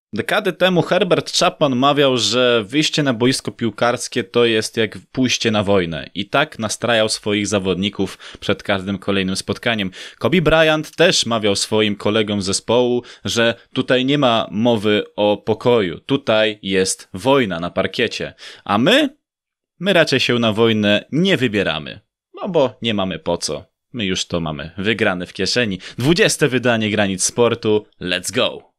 Dekady temu Herbert Chapman mawiał, że wyjście na boisko piłkarskie to jest jak pójście na wojnę i tak nastrajał swoich zawodników przed każdym kolejnym spotkaniem. Kobe Bryant też mawiał swoim kolegom z zespołu, że tutaj nie ma mowy o pokoju, tutaj jest wojna na parkiecie, a my raczej się na wojnę nie wybieramy, no bo nie mamy po co. My już to mamy wygrane w kieszeni. 20. wydanie Granic Sportu, let's go!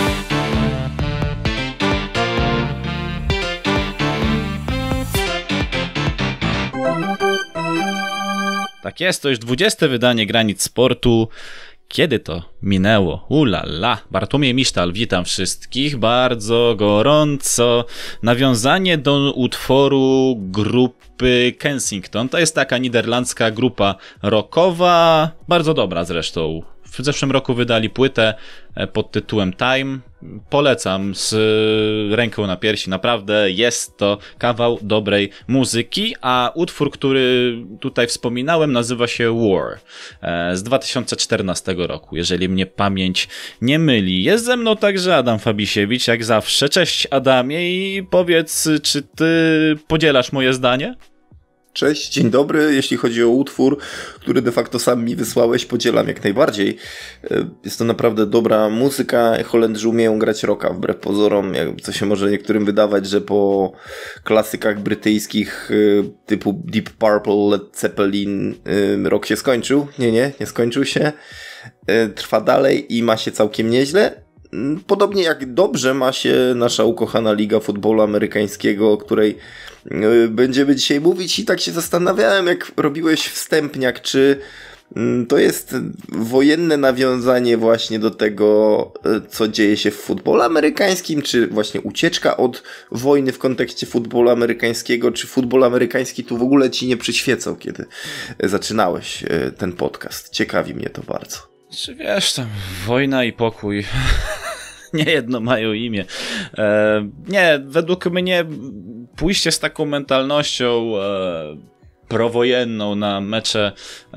Tak jest, to już 20. wydanie Granic Sportu. Kiedy to minęło? Ulala. Bartłomiej Misztal, witam wszystkich bardzo gorąco. Nawiązanie do utworu grupy Kensington. To jest taka niderlandzka grupa rockowa, bardzo dobra zresztą. W zeszłym roku wydali płytę pod tytułem Time. Polecam z ręką na piersi, naprawdę jest to kawał dobrej muzyki, a utwór, który tutaj wspominałem, nazywa się War z 2014 roku, jeżeli mnie pamięć nie myli. Jest ze mną także Adam Fabisiewicz, jak zawsze. Cześć Adamie i powiedz, czy ty podzielasz moje zdanie? Cześć, dzień dobry. Jeśli chodzi o utwór, który de facto sam mi wysłałeś, podzielam jak najbardziej. Jest to naprawdę dobra muzyka. Holendrzy umieją grać rocka, wbrew pozorom, co się może niektórym wydawać, że po klasykach brytyjskich typu Deep Purple, Led Zeppelin rock się skończył. Nie skończył się. Trwa dalej i ma się całkiem nieźle. Podobnie jak dobrze ma się nasza ukochana Liga Futbolu Amerykańskiego, o której będziemy dzisiaj mówić, i tak się zastanawiałem, jak robiłeś wstępniak, czy to jest wojenne nawiązanie właśnie do tego, co dzieje się w futbolu amerykańskim, czy właśnie ucieczka od wojny w kontekście futbolu amerykańskiego, czy futbol amerykański tu w ogóle ci nie przyświecał, kiedy zaczynałeś ten podcast. Ciekawi mnie to bardzo. Czy wiesz, tam wojna i pokój nie jedno mają imię. Nie, według mnie pójście z taką mentalnością prowojenną na mecze,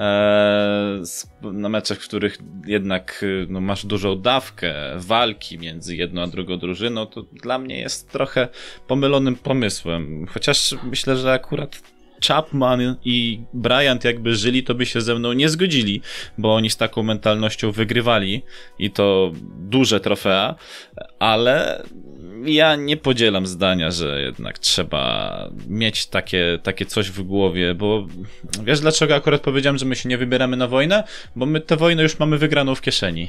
w których jednak masz dużą dawkę walki między jedną a drugą drużyną, to dla mnie jest trochę pomylonym pomysłem. Chociaż myślę, że akurat Chapman i Bryant jakby żyli, to by się ze mną nie zgodzili, bo oni z taką mentalnością wygrywali i to duże trofea, ale ja nie podzielam zdania, że jednak trzeba mieć takie coś w głowie, bo wiesz dlaczego akurat powiedziałem, że my się nie wybieramy na wojnę? Bo my tę wojnę już mamy wygraną w kieszeni.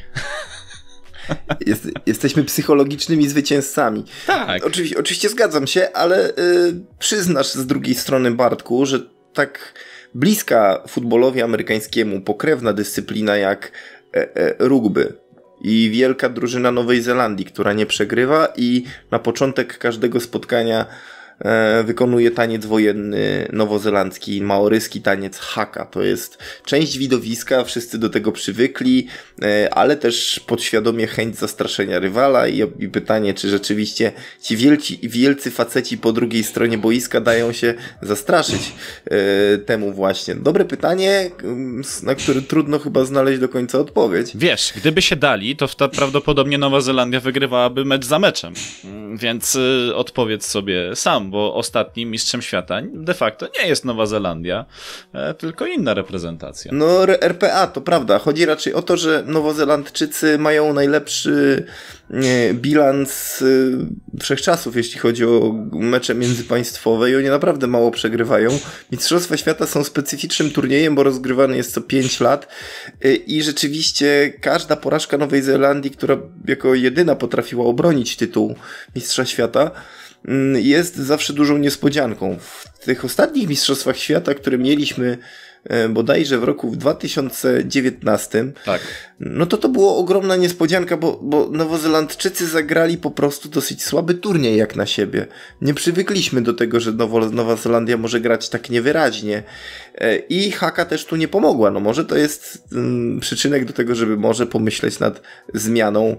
Jesteśmy psychologicznymi zwycięzcami. Tak. Oczywiście zgadzam się, ale przyznasz z drugiej strony, Bartku, że tak bliska futbolowi amerykańskiemu pokrewna dyscyplina jak rugby i wielka drużyna Nowej Zelandii, która nie przegrywa i na początek każdego spotkania wykonuje taniec wojenny nowozelandzki, maoryski taniec haka. To jest część widowiska, wszyscy do tego przywykli, ale też podświadomie chęć zastraszenia rywala i pytanie, czy rzeczywiście ci wielcy faceci po drugiej stronie boiska dają się zastraszyć temu właśnie. Dobre pytanie, na które trudno chyba znaleźć do końca odpowiedź. Wiesz, gdyby się dali, to prawdopodobnie Nowa Zelandia wygrywałaby mecz za meczem. Więc odpowiedz sobie sam, bo ostatnim mistrzem świata de facto nie jest Nowa Zelandia, tylko inna reprezentacja. No RPA, to prawda. Chodzi raczej o to, że Nowozelandczycy mają najlepszy bilans wszechczasów, jeśli chodzi o mecze międzypaństwowe, i oni naprawdę mało przegrywają. Mistrzostwa Świata są specyficznym turniejem, bo rozgrywany jest co 5 lat i rzeczywiście każda porażka Nowej Zelandii, która jako jedyna potrafiła obronić tytuł Mistrza Świata, jest zawsze dużą niespodzianką. W tych ostatnich Mistrzostwach Świata, które mieliśmy bodajże w roku 2019, tak. No to była ogromna niespodzianka, bo Nowozelandczycy zagrali po prostu dosyć słaby turniej jak na siebie. Nie przywykliśmy do tego, że Nowa Zelandia może grać tak niewyraźnie i haka też tu nie pomogła. No może to jest przyczynek do tego, żeby może pomyśleć nad zmianą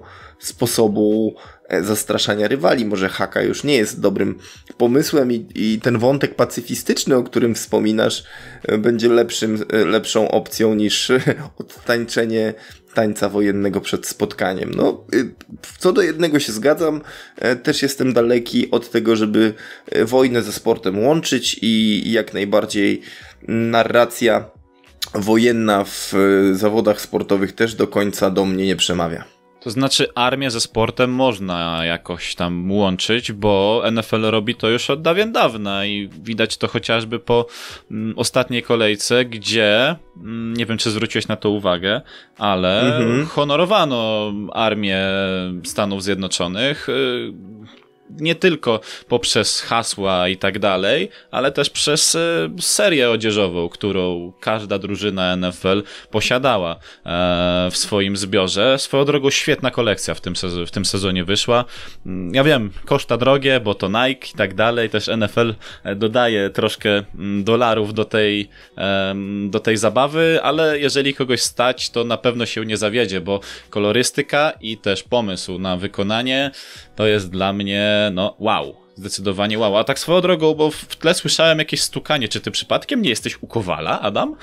sposobu zastraszania rywali. Może haka już nie jest dobrym pomysłem i ten wątek pacyfistyczny, o którym wspominasz, będzie lepszą opcją niż odtańczenie tańca wojennego przed spotkaniem. No, co do jednego się zgadzam, też jestem daleki od tego, żeby wojnę ze sportem łączyć i jak najbardziej narracja wojenna w zawodach sportowych też do końca do mnie nie przemawia. To znaczy armię ze sportem można jakoś tam łączyć, bo NFL robi to już od dawien dawna i widać to chociażby po ostatniej kolejce, gdzie, nie wiem czy zwróciłeś na to uwagę, ale honorowano armię Stanów Zjednoczonych, nie tylko poprzez hasła i tak dalej, ale też przez serię odzieżową, którą każda drużyna NFL posiadała w swoim zbiorze. Swoją drogą świetna kolekcja w tym sezonie wyszła. Ja wiem, koszta drogie, bo to Nike i tak dalej, też NFL dodaje troszkę dolarów do tej zabawy, ale jeżeli kogoś stać, to na pewno się nie zawiedzie, bo kolorystyka i też pomysł na wykonanie to jest dla mnie, no wow, zdecydowanie wow. A tak swoją drogą, bo w tle słyszałem jakieś stukanie. Czy ty przypadkiem nie jesteś u Kowala, Adam?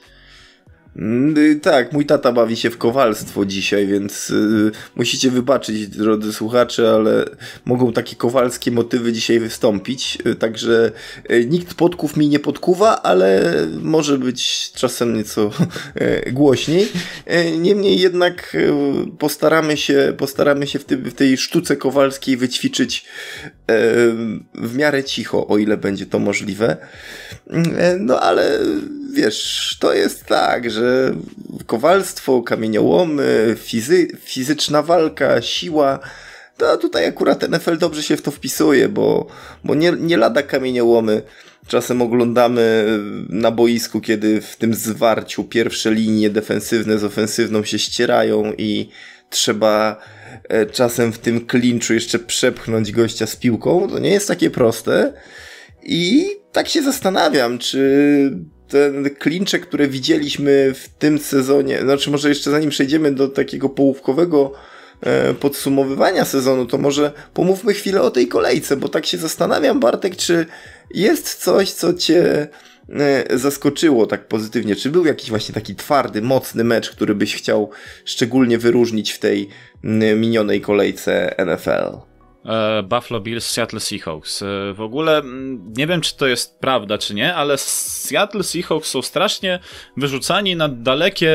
Tak, mój tata bawi się w kowalstwo dzisiaj, więc musicie wybaczyć, drodzy słuchacze, ale mogą takie kowalskie motywy dzisiaj wystąpić, także nikt podków mi nie podkuwa, ale może być czasem nieco głośniej. Niemniej jednak postaramy się w tej sztuce kowalskiej wyćwiczyć w miarę cicho, o ile będzie to możliwe. No ale wiesz, to jest tak, że kowalstwo, kamieniołomy, fizyczna walka, siła, to tutaj akurat NFL dobrze się w to wpisuje, bo nie lada kamieniołomy czasem oglądamy na boisku, kiedy w tym zwarciu pierwsze linie defensywne z ofensywną się ścierają i trzeba czasem w tym klinczu jeszcze przepchnąć gościa z piłką. To nie jest takie proste i tak się zastanawiam, czy te klincze, które widzieliśmy w tym sezonie, znaczy może jeszcze zanim przejdziemy do takiego połówkowego podsumowywania sezonu, to może pomówmy chwilę o tej kolejce, bo tak się zastanawiam, Bartek, czy jest coś, co cię zaskoczyło tak pozytywnie? Czy był jakiś właśnie taki twardy, mocny mecz, który byś chciał szczególnie wyróżnić w tej minionej kolejce NFL? Buffalo Bills, Seattle Seahawks. W ogóle nie wiem, czy to jest prawda, czy nie, ale Seattle Seahawks są strasznie wyrzucani na dalekie...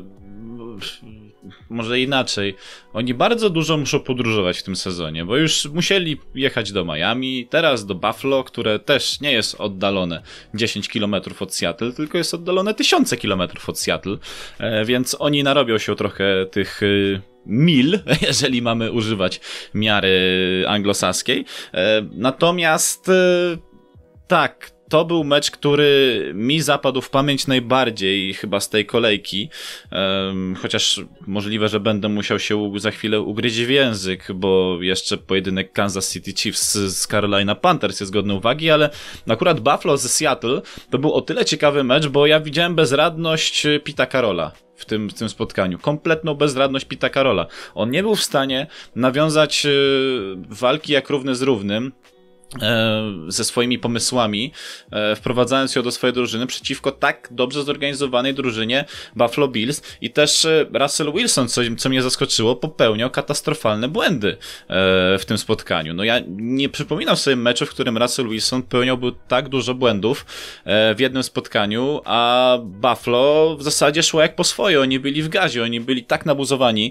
Może inaczej. Oni bardzo dużo muszą podróżować w tym sezonie, bo już musieli jechać do Miami, teraz do Buffalo, które też nie jest oddalone 10 km od Seattle, tylko jest oddalone 1000 km od Seattle, więc oni narobią się trochę tych mil, jeżeli mamy używać miary anglosaskiej. Natomiast tak, to był mecz, który mi zapadł w pamięć najbardziej chyba z tej kolejki, chociaż możliwe, że będę musiał się za chwilę ugryźć w język, bo jeszcze pojedynek Kansas City Chiefs z Carolina Panthers jest godny uwagi, ale akurat Buffalo ze Seattle to był o tyle ciekawy mecz, bo ja widziałem bezradność Pita Carrolla w tym spotkaniu. Kompletną bezradność Pita Carrolla. On nie był w stanie nawiązać walki jak równy z równym ze swoimi pomysłami, wprowadzając ją do swojej drużyny przeciwko tak dobrze zorganizowanej drużynie Buffalo Bills i też Russell Wilson, co mnie zaskoczyło, popełniał katastrofalne błędy w tym spotkaniu. No ja nie przypominam sobie meczu, w którym Russell Wilson popełniałby tak dużo błędów w jednym spotkaniu, a Buffalo w zasadzie szło jak po swoje. Oni byli w gazie, oni byli tak nabuzowani,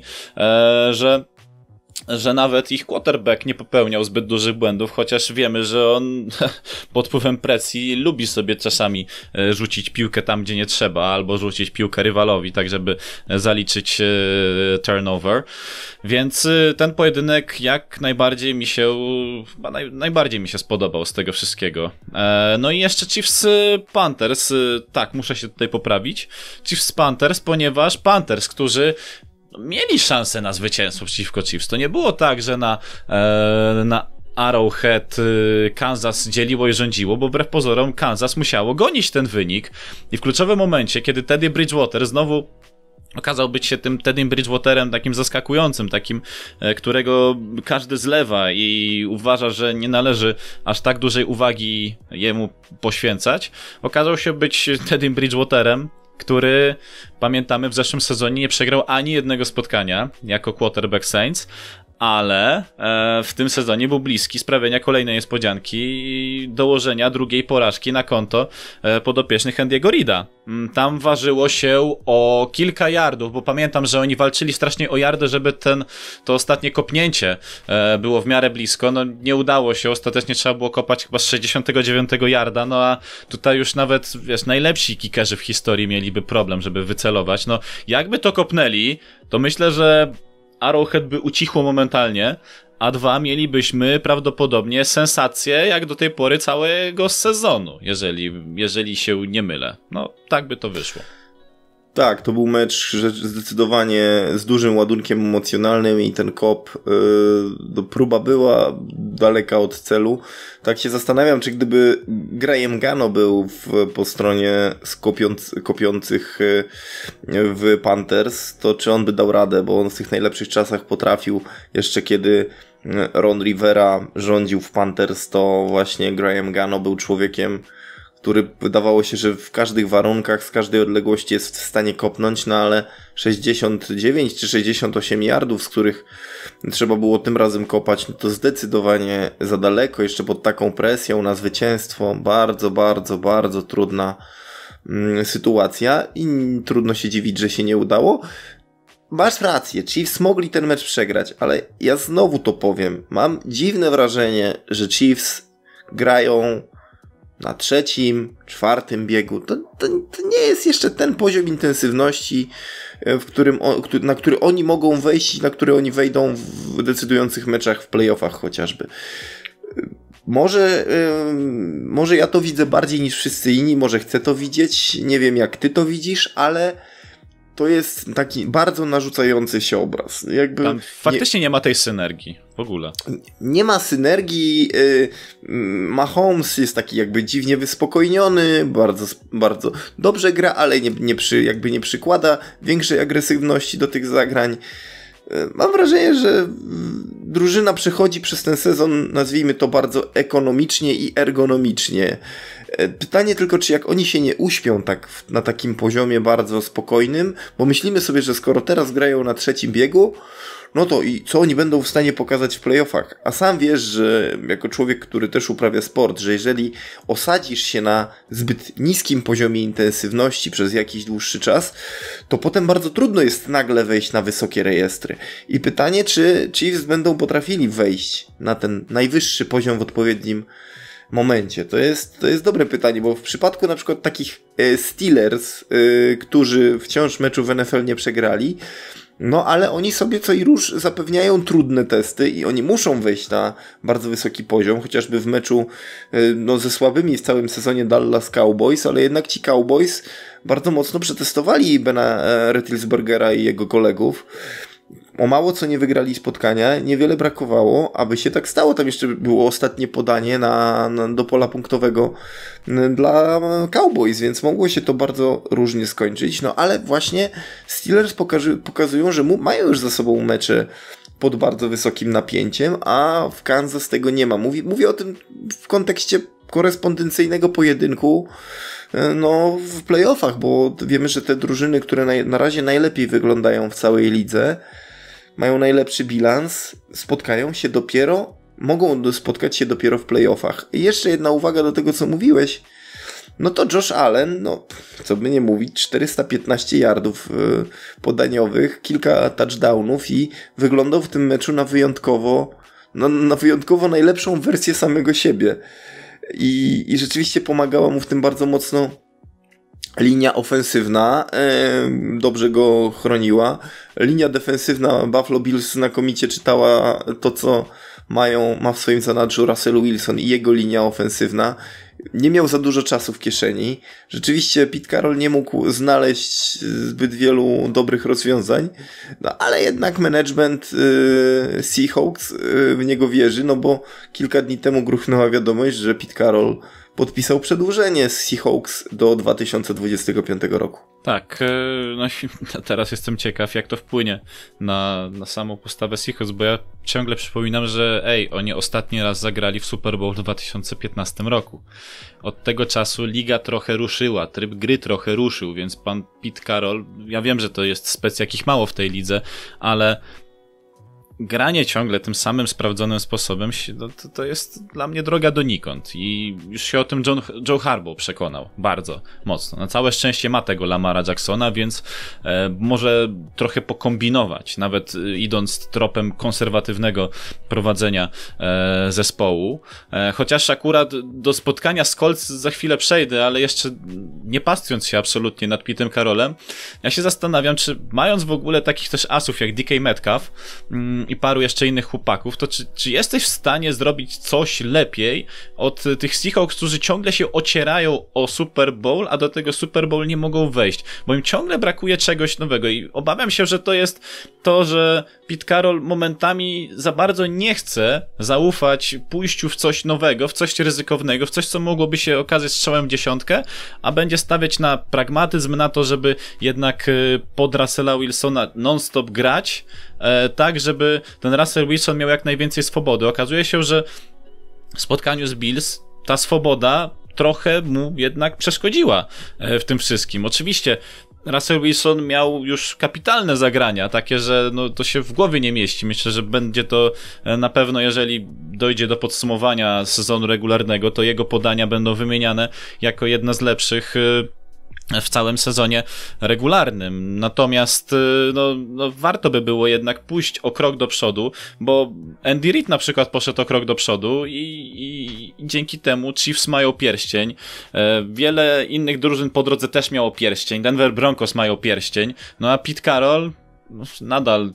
że nawet ich quarterback nie popełniał zbyt dużych błędów, chociaż wiemy, że on pod wpływem presji lubi sobie czasami rzucić piłkę tam, gdzie nie trzeba, albo rzucić piłkę rywalowi, tak żeby zaliczyć turnover. Więc ten pojedynek jak najbardziej mi się najbardziej mi się spodobał z tego wszystkiego. No i jeszcze Chiefs Panthers, tak, muszę się tutaj poprawić. Chiefs Panthers, ponieważ Panthers, którzy mieli szansę na zwycięstwo przeciwko Chiefs. To nie było tak, że na Arrowhead Kansas dzieliło i rządziło, bo wbrew pozorom Kansas musiało gonić ten wynik i w kluczowym momencie, kiedy Teddy Bridgewater znowu okazał być się tym Teddym Bridgewaterem takim zaskakującym, takim, którego każdy zlewa i uważa, że nie należy aż tak dużej uwagi jemu poświęcać. Okazał się być Teddym Bridgewaterem, który, pamiętamy, w zeszłym sezonie nie przegrał ani jednego spotkania jako quarterback Saints, ale w tym sezonie był bliski sprawienia kolejnej niespodzianki i dołożenia drugiej porażki na konto podopiecznych Andy'ego Reida. Tam ważyło się o kilka yardów, bo pamiętam, że oni walczyli strasznie o yardę, żeby to ostatnie kopnięcie było w miarę blisko. No nie udało się, ostatecznie trzeba było kopać chyba z 69 yarda, no a tutaj już nawet, wiesz, najlepsi kickerzy w historii mieliby problem, żeby wycelować. No jakby to kopnęli, to myślę, że Arrowhead by ucichło momentalnie, a dwa mielibyśmy prawdopodobnie sensację jak do tej pory całego sezonu, jeżeli się nie mylę. No, tak by to wyszło. Tak, to był mecz zdecydowanie z dużym ładunkiem emocjonalnym i ten kop, próba była daleka od celu. Tak się zastanawiam, czy gdyby Graham Gano był po stronie kopiących w Panthers, to czy on by dał radę, bo on w tych najlepszych czasach potrafił, jeszcze kiedy Ron Rivera rządził w Panthers, to właśnie Graham Gano był człowiekiem, który wydawało się, że w każdych warunkach, z każdej odległości jest w stanie kopnąć, no ale 69 czy 68 yardów, z których trzeba było tym razem kopać, no to zdecydowanie za daleko, jeszcze pod taką presją na zwycięstwo. Bardzo, bardzo, bardzo trudna sytuacja i trudno się dziwić, że się nie udało. Masz rację, Chiefs mogli ten mecz przegrać, ale ja znowu to powiem. Mam dziwne wrażenie, że Chiefs grają na trzecim, czwartym biegu. To nie jest jeszcze ten poziom intensywności, na który oni mogą wejść i na który oni wejdą w decydujących meczach w playoffach chociażby. Może ja to widzę bardziej niż wszyscy inni, może chcę to widzieć, nie wiem jak ty to widzisz, ale to jest taki bardzo narzucający się obraz. Tam faktycznie nie ma tej synergii w ogóle. Nie ma synergii. Mahomes jest taki jakby dziwnie wyspokojniony, bardzo, bardzo dobrze gra, ale nie przykłada większej agresywności do tych zagrań. Mam wrażenie, że drużyna przechodzi przez ten sezon, nazwijmy to bardzo ekonomicznie i ergonomicznie. Pytanie tylko, czy jak oni się nie uśpią tak na takim poziomie bardzo spokojnym, bo myślimy sobie, że skoro teraz grają na trzecim biegu, no to i co oni będą w stanie pokazać w playoffach? A sam wiesz, że jako człowiek, który też uprawia sport, że jeżeli osadzisz się na zbyt niskim poziomie intensywności przez jakiś dłuższy czas, to potem bardzo trudno jest nagle wejść na wysokie rejestry. I pytanie, czy Chiefs będą potrafili wejść na ten najwyższy poziom w odpowiednim momencie. To jest dobre pytanie, bo w przypadku na przykład takich Steelers, którzy wciąż meczu w NFL nie przegrali, no ale oni sobie co i róż zapewniają trudne testy i oni muszą wejść na bardzo wysoki poziom, chociażby w meczu ze słabymi w całym sezonie Dallas Cowboys, ale jednak ci Cowboys bardzo mocno przetestowali Bena Roethlisbergera i jego kolegów. O mało co nie wygrali spotkania, niewiele brakowało, aby się tak stało. Tam jeszcze było ostatnie podanie do pola punktowego dla Cowboys, więc mogło się to bardzo różnie skończyć. No ale właśnie Steelers pokazują, że mają już za sobą mecze pod bardzo wysokim napięciem, a w Kansas tego nie ma. Mówię o tym w kontekście korespondencyjnego pojedynku w playoffach, bo wiemy, że te drużyny, które na razie najlepiej wyglądają w całej lidze, mają najlepszy bilans, mogą spotkać się dopiero w playoffach. I jeszcze jedna uwaga do tego, co mówiłeś. No to Josh Allen, co by nie mówić, 415 yardów podaniowych, kilka touchdownów i wyglądał w tym meczu na wyjątkowo najlepszą wersję samego siebie. I rzeczywiście pomagała mu w tym bardzo mocno linia ofensywna, dobrze go chroniła. Linia defensywna Buffalo Bills znakomicie czytała to, co ma w swoim zanadrzu Russell Wilson i jego linia ofensywna. Nie miał za dużo czasu w kieszeni. Rzeczywiście Pete Carroll nie mógł znaleźć zbyt wielu dobrych rozwiązań, ale jednak management Seahawks w niego wierzy, bo kilka dni temu gruchnęła wiadomość, że Pete Carroll podpisał przedłużenie z Seahawks do 2025 roku. Tak, no i teraz jestem ciekaw, jak to wpłynie na samą postawę Seahawks, bo ja ciągle przypominam, że oni ostatni raz zagrali w Super Bowl w 2015 roku. Od tego czasu liga trochę ruszyła, tryb gry trochę ruszył, więc pan Pete Carroll, ja wiem, że to jest spec jakich mało w tej lidze, ale granie ciągle tym samym sprawdzonym sposobem to jest dla mnie droga donikąd i już się o tym Joe Harbaugh przekonał bardzo mocno. Na całe szczęście ma tego Lamara Jacksona, więc może trochę pokombinować, nawet idąc tropem konserwatywnego prowadzenia zespołu. Chociaż akurat do spotkania z Colts za chwilę przejdę, ale jeszcze nie pastwiąc się absolutnie nad Petem Carrollem, ja się zastanawiam, czy mając w ogóle takich też asów jak DK Metcalf i paru jeszcze innych chłopaków, to czy jesteś w stanie zrobić coś lepiej od tych Seahawks, którzy ciągle się ocierają o Super Bowl, a do tego Super Bowl nie mogą wejść, bo im ciągle brakuje czegoś nowego i obawiam się, że to jest to, że Pete Carroll momentami za bardzo nie chce zaufać pójściu w coś nowego, w coś ryzykownego, w coś, co mogłoby się okazać strzałem w dziesiątkę, a będzie stawiać na pragmatyzm, na to, żeby jednak pod Russella Wilsona non-stop grać, tak, żeby ten Russell Wilson miał jak najwięcej swobody. Okazuje się, że w spotkaniu z Bills ta swoboda trochę mu jednak przeszkodziła w tym wszystkim. Oczywiście Russell Wilson miał już kapitalne zagrania, takie, że no, to się w głowie nie mieści. Myślę, że będzie to na pewno, jeżeli dojdzie do podsumowania sezonu regularnego, to jego podania będą wymieniane jako jedna z lepszych w całym sezonie regularnym. Natomiast no warto by było jednak pójść o krok do przodu, bo Andy Reid na przykład poszedł o krok do przodu i dzięki temu Chiefs mają pierścień. Wiele innych drużyn po drodze też miało pierścień. Denver Broncos mają pierścień. No a Pete Carroll nadal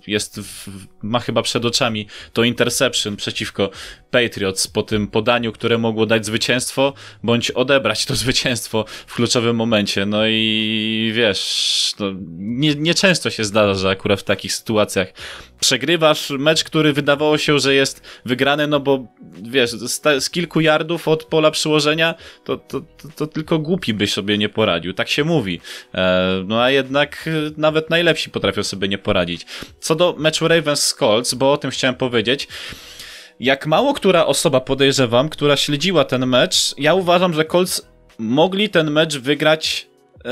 ma chyba przed oczami to interception przeciwko Patriots po tym podaniu, które mogło dać zwycięstwo, bądź odebrać to zwycięstwo w kluczowym momencie. No i wiesz, nieczęsto się zdarza akurat w takich sytuacjach. Przegrywasz mecz, który wydawało się, że jest wygrany, no bo wiesz, z kilku yardów od pola przyłożenia to tylko głupi by sobie nie poradził. Tak się mówi. No a jednak nawet najlepsi potrafią sobie nie poradzić. Co do meczu Ravens z Colts, bo o tym chciałem powiedzieć, jak mało która osoba, podejrzewam, która śledziła ten mecz, ja uważam, że Colts mogli ten mecz wygrać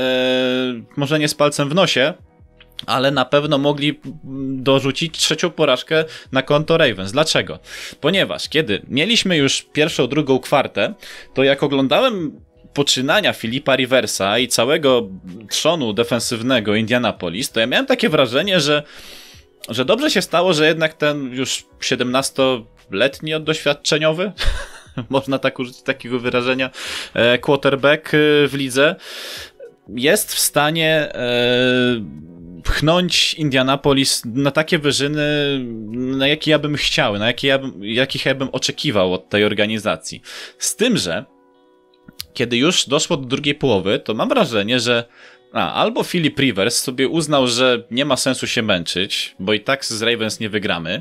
może nie z palcem w nosie, ale na pewno mogli dorzucić trzecią porażkę na konto Ravens. Dlaczego? Ponieważ kiedy mieliśmy już pierwszą, drugą kwartę, to jak oglądałem poczynania Philipa Riversa i całego trzonu defensywnego Indianapolis, to ja miałem takie wrażenie, że dobrze się stało, że jednak ten już 17-letni doświadczeniowy, można tak użyć takiego wyrażenia, quarterback w lidze, jest w stanie pchnąć Indianapolis na takie wyżyny, na jakie ja bym chciał, jakich ja bym oczekiwał od tej organizacji. Z tym, że kiedy już doszło do drugiej połowy, to mam wrażenie, że albo Philip Rivers sobie uznał, że nie ma sensu się męczyć, bo i tak z Ravens nie wygramy,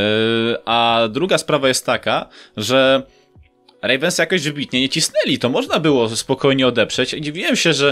a druga sprawa jest taka, że Ravens jakoś wybitnie nie cisnęli, to można było spokojnie odeprzeć i dziwiłem się, że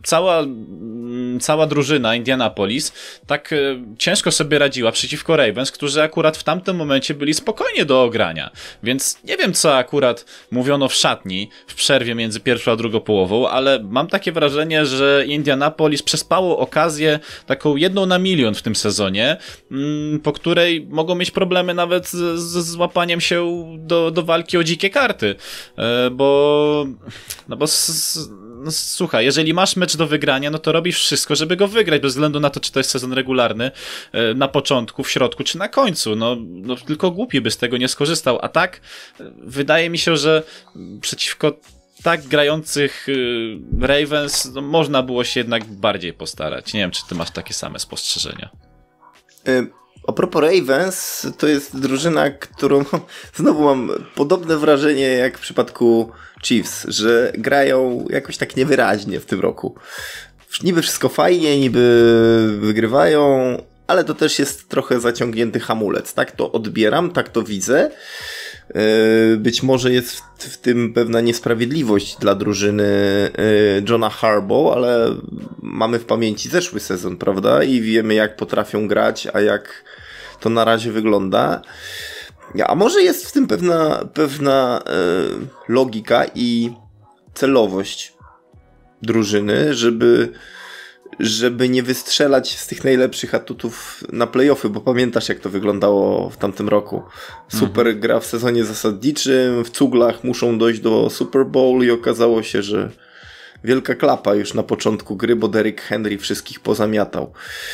cała drużyna Indianapolis tak ciężko sobie radziła przeciwko Ravens, którzy akurat w tamtym momencie byli spokojnie do ogrania, więc nie wiem, co akurat mówiono w szatni w przerwie między pierwszą a drugą połową, ale mam takie wrażenie, że Indianapolis przespało okazję taką 1 na milion w tym sezonie, po której mogą mieć problemy nawet z złapaniem się do walki o dzikie karty. Bo słuchaj, jeżeli masz mecz do wygrania, no to robisz wszystko, żeby go wygrać, bez względu na to, czy to jest sezon regularny, na początku, w środku, czy na końcu. No tylko głupi by z tego nie skorzystał. A tak, wydaje mi się, że przeciwko tak grających Ravens można było się jednak bardziej postarać. Nie wiem, czy ty masz takie same spostrzeżenia. A propos Ravens, to jest drużyna, którą znowu mam podobne wrażenie jak w przypadku Chiefs, że grają jakoś tak niewyraźnie w tym roku. Niby wszystko fajnie, niby wygrywają, ale to też jest trochę zaciągnięty hamulec. Tak to odbieram, tak to widzę. Być może jest w tym pewna niesprawiedliwość dla drużyny Johna Harbaugh, ale mamy w pamięci zeszły sezon, prawda? I wiemy, jak potrafią grać, a jak to na razie wygląda. A może jest w tym pewna logika i celowość drużyny, żeby nie wystrzelać z tych najlepszych atutów na play-offy, bo pamiętasz, jak to wyglądało w tamtym roku. Super gra w sezonie zasadniczym, w cuglach muszą dojść do Super Bowl i okazało się, że wielka klapa już na początku gry, bo Derrick Henry wszystkich pozamiatał.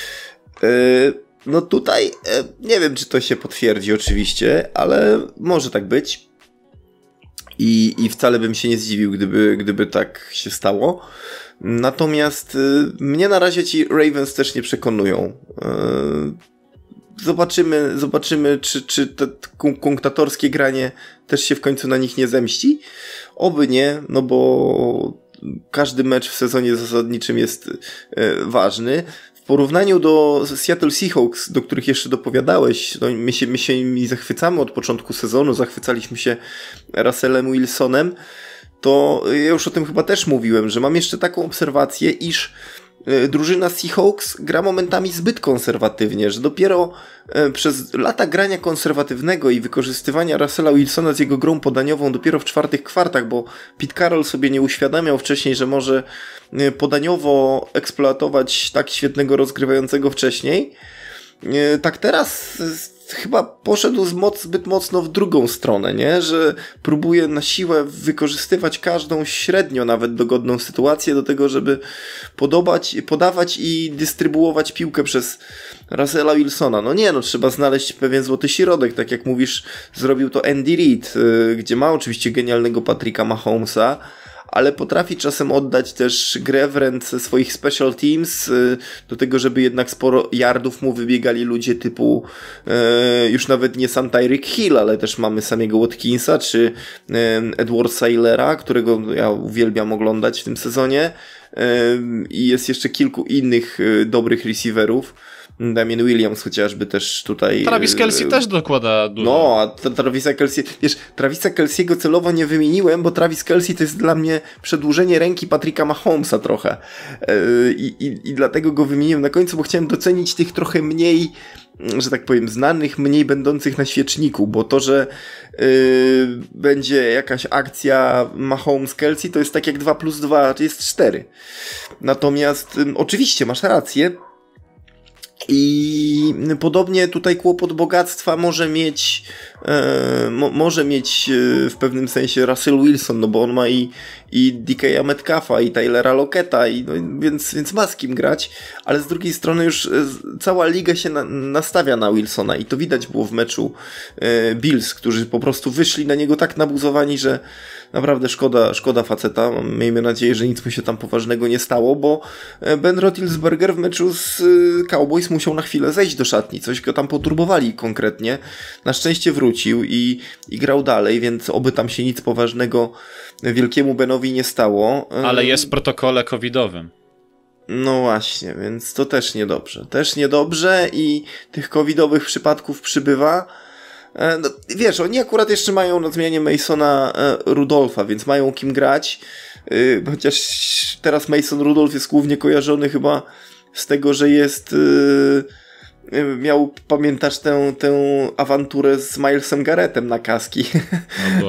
No tutaj nie wiem, czy to się potwierdzi oczywiście, ale może tak być. I wcale bym się nie zdziwił, gdyby tak się stało. Natomiast mnie na razie ci Ravens też nie przekonują. Zobaczymy, czy to kunktatorskie granie też się w końcu na nich nie zemści. Oby nie, no bo każdy mecz w sezonie zasadniczym jest ważny. W porównaniu do Seattle Seahawks, do których jeszcze dopowiadałeś, no my się nimi zachwycamy od początku sezonu, zachwycaliśmy się Russellem Wilsonem, to ja już o tym chyba też mówiłem, że mam jeszcze taką obserwację, iż drużyna Seahawks gra momentami zbyt konserwatywnie, że dopiero przez lata grania konserwatywnego i wykorzystywania Russella Wilsona z jego grą podaniową dopiero w czwartych kwartach, bo Pete Carroll sobie nie uświadamiał wcześniej, że może podaniowo eksploatować tak świetnego rozgrywającego wcześniej. Tak teraz chyba poszedł zbyt mocno w drugą stronę, nie? Że próbuje na siłę wykorzystywać każdą średnio nawet dogodną sytuację do tego, żeby podawać i dystrybuować piłkę przez Russella Wilsona. No nie, no trzeba znaleźć pewien złoty środek, tak jak mówisz, zrobił to Andy Reid, gdzie ma oczywiście genialnego Patricka Mahomesa, ale potrafi czasem oddać też grę w ręce swoich special teams do tego, żeby jednak sporo yardów mu wybiegali ludzie typu już nawet nie sam Tyreek Hill, ale też mamy samego Watkinsa czy Edward Sailera, którego ja uwielbiam oglądać w tym sezonie, i jest jeszcze kilku innych dobrych receiverów. Damien Williams chociażby też tutaj... Travis Kelce też dokłada dużo. No, a Travisa Kelce... Wiesz, Travisa Kelce'ego celowo nie wymieniłem, bo Travis Kelce to jest dla mnie przedłużenie ręki Patricka Mahomesa trochę. I dlatego go wymieniłem na końcu, bo chciałem docenić tych trochę mniej, że tak powiem, znanych, mniej będących na świeczniku, bo to, że będzie jakaś akcja Mahomes-Kelce, to jest tak jak 2+2, to jest 4. Natomiast oczywiście masz rację, i podobnie tutaj kłopot bogactwa może mieć w pewnym sensie Russell Wilson, no bo on ma i DK'a Metcalfa, i Tylera Lockett'a, więc ma z kim grać, ale z drugiej strony już cała liga się nastawia na Wilsona i to widać było w meczu Bills, którzy po prostu wyszli na niego tak nabuzowani, że naprawdę szkoda faceta. Miejmy nadzieję, że nic mu się tam poważnego nie stało, bo Ben Roethlisberger w meczu z Cowboys musiał na chwilę zejść do szatni. Coś go tam poturbowali konkretnie. Na szczęście wrócił i grał dalej, więc oby tam się nic poważnego wielkiemu Benowi nie stało. Ale jest w protokole covidowym. No właśnie, więc to też niedobrze. Też niedobrze i tych covidowych przypadków przybywa. No, wiesz, oni akurat jeszcze mają na zmianie Masona Rudolpha, więc mają kim grać, chociaż teraz Mason Rudolph jest głównie kojarzony chyba z tego, że jest miał, pamiętasz tę awanturę z Milesem Garrettem na kaski. No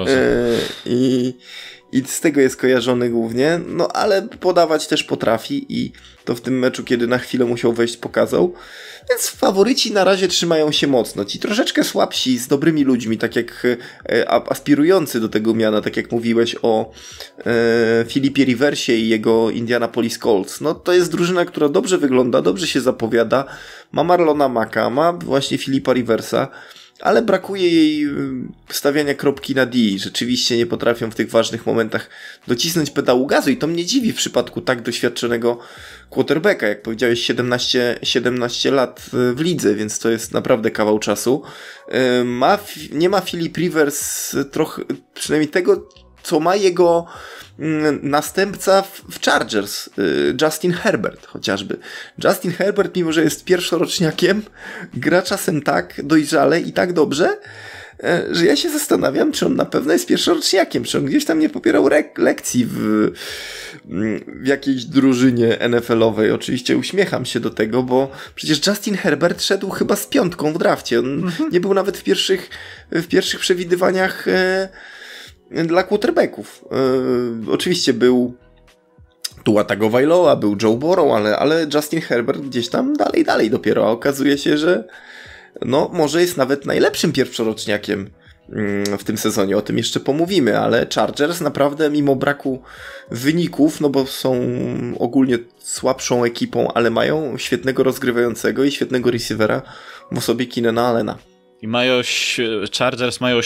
I z tego jest kojarzony głównie, no ale podawać też potrafi i to w tym meczu, kiedy na chwilę musiał wejść, pokazał. Więc faworyci na razie trzymają się mocno. Ci troszeczkę słabsi, z dobrymi ludźmi, tak jak aspirujący do tego miana, tak jak mówiłeś o Philipie Riversie i jego Indianapolis Colts. No to jest drużyna, która dobrze wygląda, dobrze się zapowiada. Ma Marlona Macka, ma właśnie Philipa Riversa, ale brakuje jej stawiania kropki na D. Rzeczywiście nie potrafią w tych ważnych momentach docisnąć pedału gazu i to mnie dziwi w przypadku tak doświadczonego quarterbacka. Jak powiedziałeś, 17 lat w lidze, więc to jest naprawdę kawał czasu. Nie ma Philip Rivers trochę, przynajmniej tego, co ma jego następca w Chargers, Justin Herbert chociażby. Justin Herbert, mimo że jest pierwszoroczniakiem, gra czasem tak dojrzale i tak dobrze, że ja się zastanawiam, czy on na pewno jest pierwszoroczniakiem, czy on gdzieś tam nie popierał lekcji w jakiejś drużynie NFL-owej. Oczywiście uśmiecham się do tego, bo przecież Justin Herbert szedł chyba z 5 w drafcie. On nie był nawet w pierwszych przewidywaniach dla quarterbacków. Oczywiście był Tua Tagovailoa, był Joe Burrow, ale Justin Herbert gdzieś tam dalej dopiero. A okazuje się, że no może jest nawet najlepszym pierwszoroczniakiem w tym sezonie. O tym jeszcze pomówimy, ale Chargers naprawdę mimo braku wyników, no bo są ogólnie słabszą ekipą, ale mają świetnego rozgrywającego i świetnego receivera w osobie Keenana Allena. I Chargers mają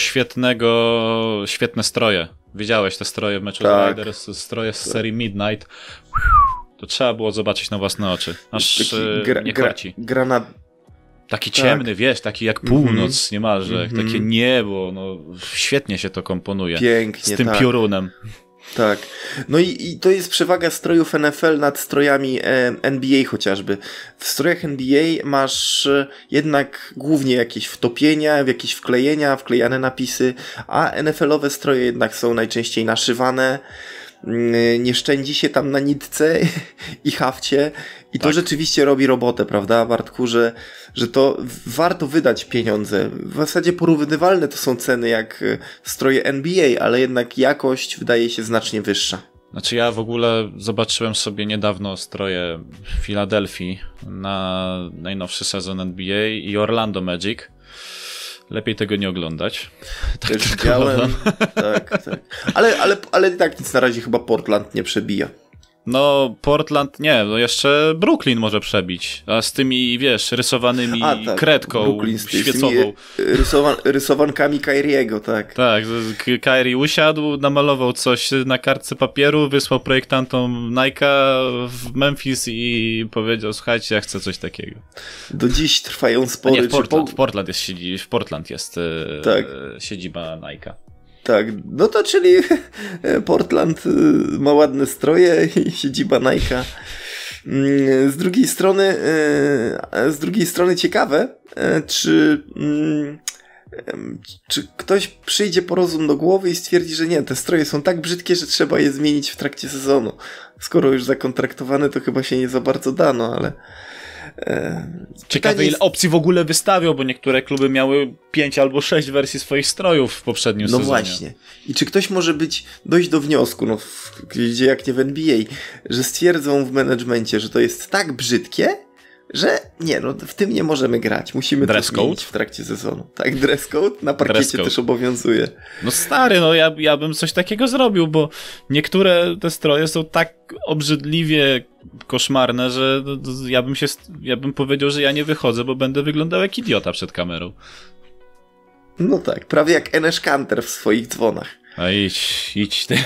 świetne stroje. Widziałeś te stroje w meczu z Raiders, stroje z serii Midnight. To trzeba było zobaczyć na własne oczy. Aż nie chwyci. Taki ciemny, wiesz, taki jak północ niemalże, takie niebo, no świetnie się to komponuje. Pięknie, z tym piorunem. Tak. No i to jest przewaga strojów NFL nad strojami NBA chociażby. W strojach NBA masz jednak głównie jakieś wtopienia, jakieś wklejane napisy, a NFL-owe stroje jednak są najczęściej naszywane. Nie szczędzi się tam na nitce i hafcie i to rzeczywiście robi robotę, prawda, Bartku, że to warto wydać pieniądze. W zasadzie porównywalne to są ceny jak stroje NBA, ale jednak jakość wydaje się znacznie wyższa. Znaczy ja w ogóle zobaczyłem sobie niedawno stroje Filadelfii na najnowszy sezon NBA i Orlando Magic. Lepiej tego nie oglądać. Tak, też widziałem. Tak. Ale i tak nic na razie chyba Portland nie przebija. No, Portland nie, no jeszcze Brooklyn może przebić, a z tymi, wiesz, rysowanymi kredką Brooklyn świecową. Rysowankami Kyriego, tak. Tak, Kyrie usiadł, namalował coś na kartce papieru, wysłał projektantom Nike'a w Memphis i powiedział, słuchajcie, ja chcę coś takiego. Do dziś trwają spory. Nie, w Portland jest siedziba Nike'a. Tak, no to czyli Portland ma ładne stroje i siedziba Nike'a. Z drugiej strony ciekawe, czy ktoś przyjdzie po rozum do głowy i stwierdzi, że nie, te stroje są tak brzydkie, że trzeba je zmienić w trakcie sezonu. Skoro już zakontraktowane, to chyba się nie za bardzo dano, ale... Ciekawe ile opcji w ogóle wystawią, bo niektóre kluby miały 5 albo 6 wersji swoich strojów w poprzednim sezonie. No właśnie. I czy ktoś może dojść do wniosku, gdzie jak nie w NBA, że stwierdzą w managemencie, że to jest tak brzydkie, że nie, w tym nie możemy grać. Musimy to zmienić w trakcie sezonu. Tak, dress code na parkiecie też obowiązuje. No stary, ja bym coś takiego zrobił, bo niektóre te stroje są tak obrzydliwie koszmarne, że ja bym powiedział, że ja nie wychodzę, bo będę wyglądał jak idiota przed kamerą. No tak, prawie jak Enes Kanter w swoich dzwonach. A idź ty.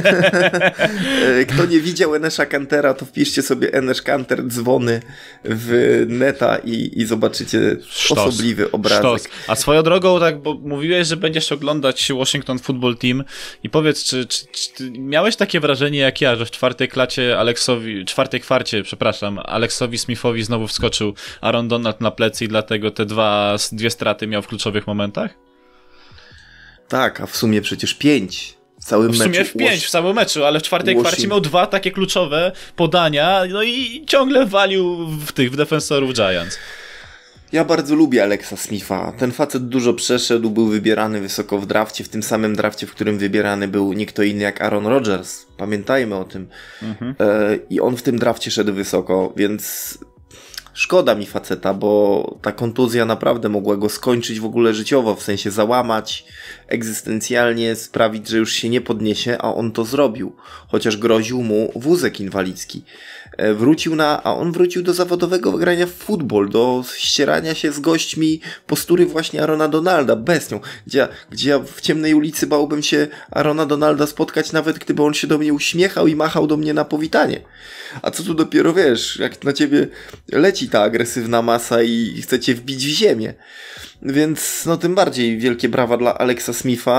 Kto nie widział Enesha Kantera, to wpiszcie sobie Enes Kanter dzwony w neta i zobaczycie osobliwy obrazek. Sztos. A swoją drogą, tak, bo mówiłeś, że będziesz oglądać Washington Football Team i powiedz, czy ty miałeś takie wrażenie jak ja, że w czwartej kwarcie, Alexowi Smithowi znowu wskoczył Aaron Donald na plecy i dlatego te dwie straty miał w kluczowych momentach? Tak, a w sumie przecież 5 w całym meczu. W sumie 5 w całym meczu, ale w czwartej kwarcie miał 2 takie kluczowe podania, no i ciągle walił w defensorów Giants. Ja bardzo lubię Alexa Smitha. Ten facet dużo przeszedł, był wybierany wysoko w drafcie, w tym samym drafcie, w którym wybierany był nie kto inny jak Aaron Rodgers. Pamiętajmy o tym. I on w tym drafcie szedł wysoko, więc... Szkoda mi faceta, bo ta kontuzja naprawdę mogła go skończyć w ogóle życiowo, w sensie załamać egzystencjalnie, sprawić, że już się nie podniesie, a on to zrobił. Chociaż groził mu wózek inwalidzki. A on wrócił do zawodowego grania w futbol, do ścierania się z gośćmi postury właśnie Aarona Donalda, bestią, gdzie ja w ciemnej ulicy bałbym się Aarona Donalda spotkać, nawet gdyby on się do mnie uśmiechał i machał do mnie na powitanie. A co tu dopiero wiesz, jak na ciebie leci ta agresywna masa i chce cię wbić w ziemię. Więc tym bardziej wielkie brawa dla Alexa Smitha.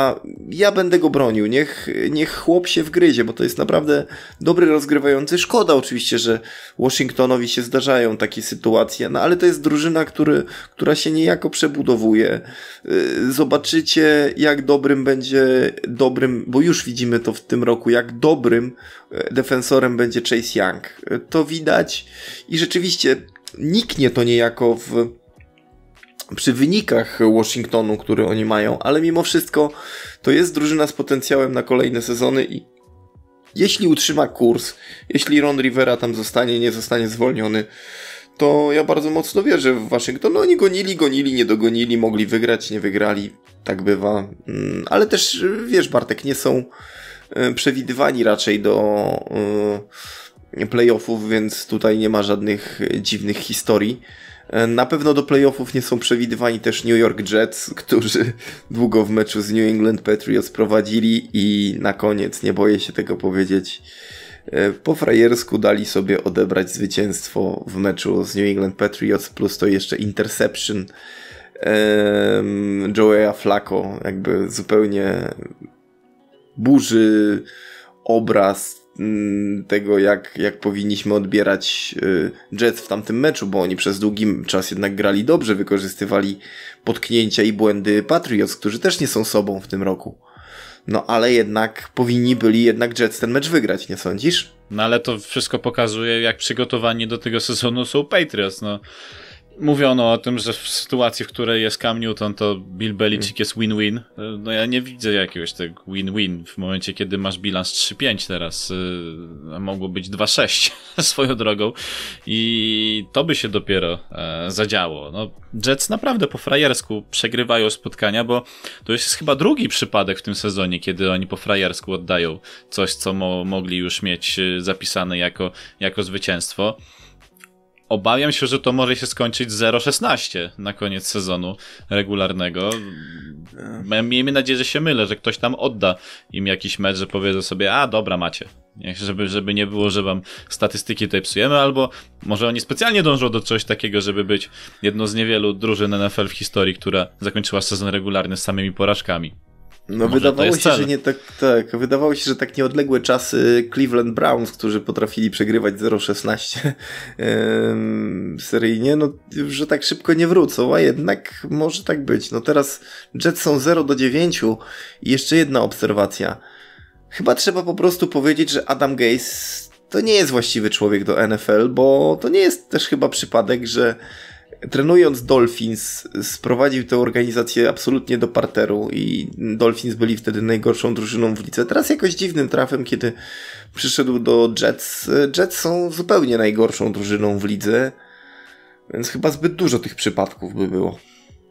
ja będę go bronił, niech chłop się wgryzie, bo to jest naprawdę dobry rozgrywający. Szkoda oczywiście, że Washingtonowi się zdarzają takie sytuacje, no ale to jest drużyna, która się niejako przebudowuje. Zobaczycie, jak dobrym, bo już widzimy to w tym roku, jak dobrym defensorem będzie Chase Young. To widać i rzeczywiście niknie to niejako przy wynikach Washingtonu, które oni mają, ale mimo wszystko to jest drużyna z potencjałem na kolejne sezony i jeśli utrzyma kurs, jeśli Ron Rivera tam nie zostanie zwolniony, to ja bardzo mocno wierzę w Waszyngton. No oni gonili, nie dogonili, mogli wygrać, nie wygrali, tak bywa. Ale też, wiesz Bartek, nie są przewidywani raczej do playoffów, więc tutaj nie ma żadnych dziwnych historii. Na pewno do playoffów nie są przewidywani też New York Jets, którzy długo w meczu z New England Patriots prowadzili i na koniec, nie boję się tego powiedzieć, po frajersku dali sobie odebrać zwycięstwo w meczu z New England Patriots, plus to jeszcze interception Joe'a Flacco, jakby zupełnie burzy obraz tego, jak powinniśmy odbierać Jets w tamtym meczu, bo oni przez długi czas jednak grali dobrze, wykorzystywali potknięcia i błędy Patriots, którzy też nie są sobą w tym roku. No ale jednak powinni byli Jets ten mecz wygrać, nie sądzisz? No ale to wszystko pokazuje, jak przygotowani do tego sezonu są Patriots, no. Mówiono o tym, że w sytuacji, w której jest Cam Newton, to Bill Belichick jest win-win. No ja nie widzę jakiegoś tego win-win w momencie, kiedy masz bilans 3-5 teraz. Mogło być 2-6 swoją drogą i to by się dopiero zadziało. No, Jets naprawdę po frajersku przegrywają spotkania, bo to jest chyba drugi przypadek w tym sezonie, kiedy oni po frajersku oddają coś, co mogli już mieć zapisane jako zwycięstwo. Obawiam się, że to może się skończyć 0-16 na koniec sezonu regularnego. Miejmy nadzieję, że się mylę, że ktoś tam odda im jakiś mecz, że powiedzą sobie, a dobra macie. Żeby nie było, że wam statystyki tutaj psujemy, albo może oni specjalnie dążą do czegoś takiego, żeby być jedną z niewielu drużyn NFL w historii, która zakończyła sezon regularny z samymi porażkami. No wydawało się, że nie wydawało się, że tak nieodległe czasy Cleveland Browns, którzy potrafili przegrywać 0-16 seryjnie, no że tak szybko nie wrócą, a jednak może tak być. No teraz Jets są 0-9 i jeszcze jedna obserwacja. Chyba trzeba po prostu powiedzieć, że Adam Gase to nie jest właściwy człowiek do NFL, bo to nie jest też chyba przypadek, że trenując Dolphins sprowadził tę organizację absolutnie do parteru i Dolphins byli wtedy najgorszą drużyną w lidze. Teraz jakoś dziwnym trafem, kiedy przyszedł do Jets. Jets są zupełnie najgorszą drużyną w lidze, więc chyba zbyt dużo tych przypadków by było.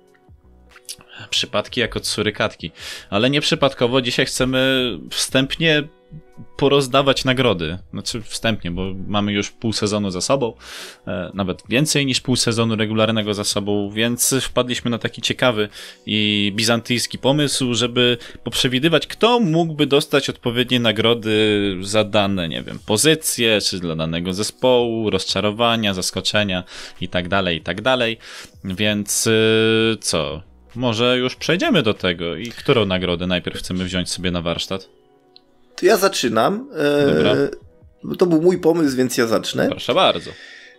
Przypadki jak od surykatki. Ale nieprzypadkowo dzisiaj chcemy wstępnie porozdawać nagrody. Znaczy wstępnie, bo mamy już pół sezonu za sobą, nawet więcej niż pół sezonu regularnego za sobą, więc wpadliśmy na taki ciekawy i bizantyjski pomysł, żeby poprzewidywać, kto mógłby dostać odpowiednie nagrody za dane, nie wiem, pozycje, czy dla danego zespołu, rozczarowania, zaskoczenia i tak dalej. Więc co? Może już przejdziemy do tego i którą nagrodę najpierw chcemy wziąć sobie na warsztat? To ja zaczynam. Dobra. To był mój pomysł, więc ja zacznę. Proszę bardzo.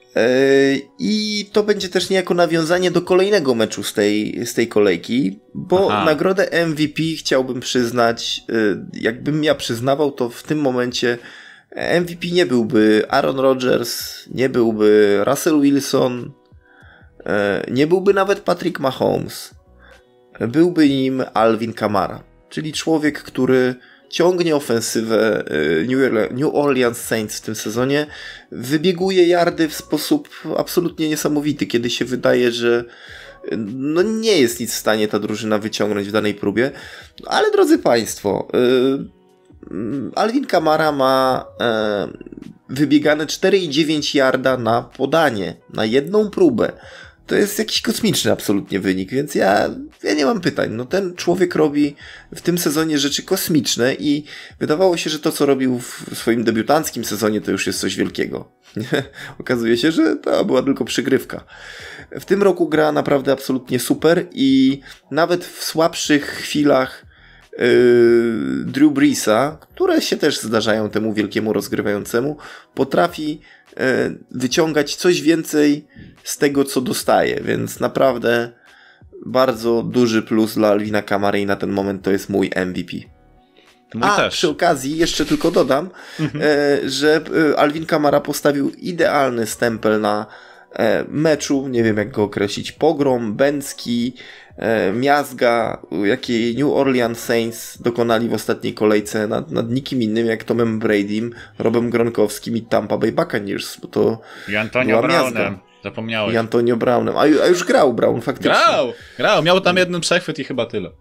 I to będzie też niejako nawiązanie do kolejnego meczu z tej kolejki, bo nagrodę MVP chciałbym przyznać, jakbym ja przyznawał, to w tym momencie MVP nie byłby Aaron Rodgers, nie byłby Russell Wilson, nie byłby nawet Patrick Mahomes. Byłby nim Alvin Kamara, czyli człowiek, który ciągnie ofensywę New Orleans Saints w tym sezonie, wybieguje yardy w sposób absolutnie niesamowity, kiedy się wydaje, że no nie jest nic w stanie ta drużyna wyciągnąć w danej próbie. Ale drodzy Państwo, Alvin Kamara ma wybiegane 4,9 yarda na podanie, na jedną próbę. To jest jakiś kosmiczny absolutnie wynik, więc ja nie mam pytań. No ten człowiek robi w tym sezonie rzeczy kosmiczne i wydawało się, że to, co robił w swoim debiutanckim sezonie, to już jest coś wielkiego. Okazuje się, że to była tylko przygrywka. W tym roku gra naprawdę absolutnie super i nawet w słabszych chwilach Drew Breesa, które się też zdarzają temu wielkiemu rozgrywającemu, potrafi wyciągać coś więcej z tego, co dostaje, więc naprawdę bardzo duży plus dla Alvina Kamary i na ten moment to jest mój MVP. Też. Przy okazji jeszcze tylko dodam, że Alvin Kamara postawił idealny stempel na meczu, nie wiem jak go określić, pogrom, bęcki, miazga, jakiej New Orleans Saints dokonali w ostatniej kolejce nad nikim innym jak Tomem Bradym, Robem Gronkowskim i Tampa Bay Buccaneers, bo to i Antonio Brownem. Zapomniałeś. I Antonio Brownem. A już grał Brown faktycznie. Grał. Miał tam jeden przechwyt i chyba tyle.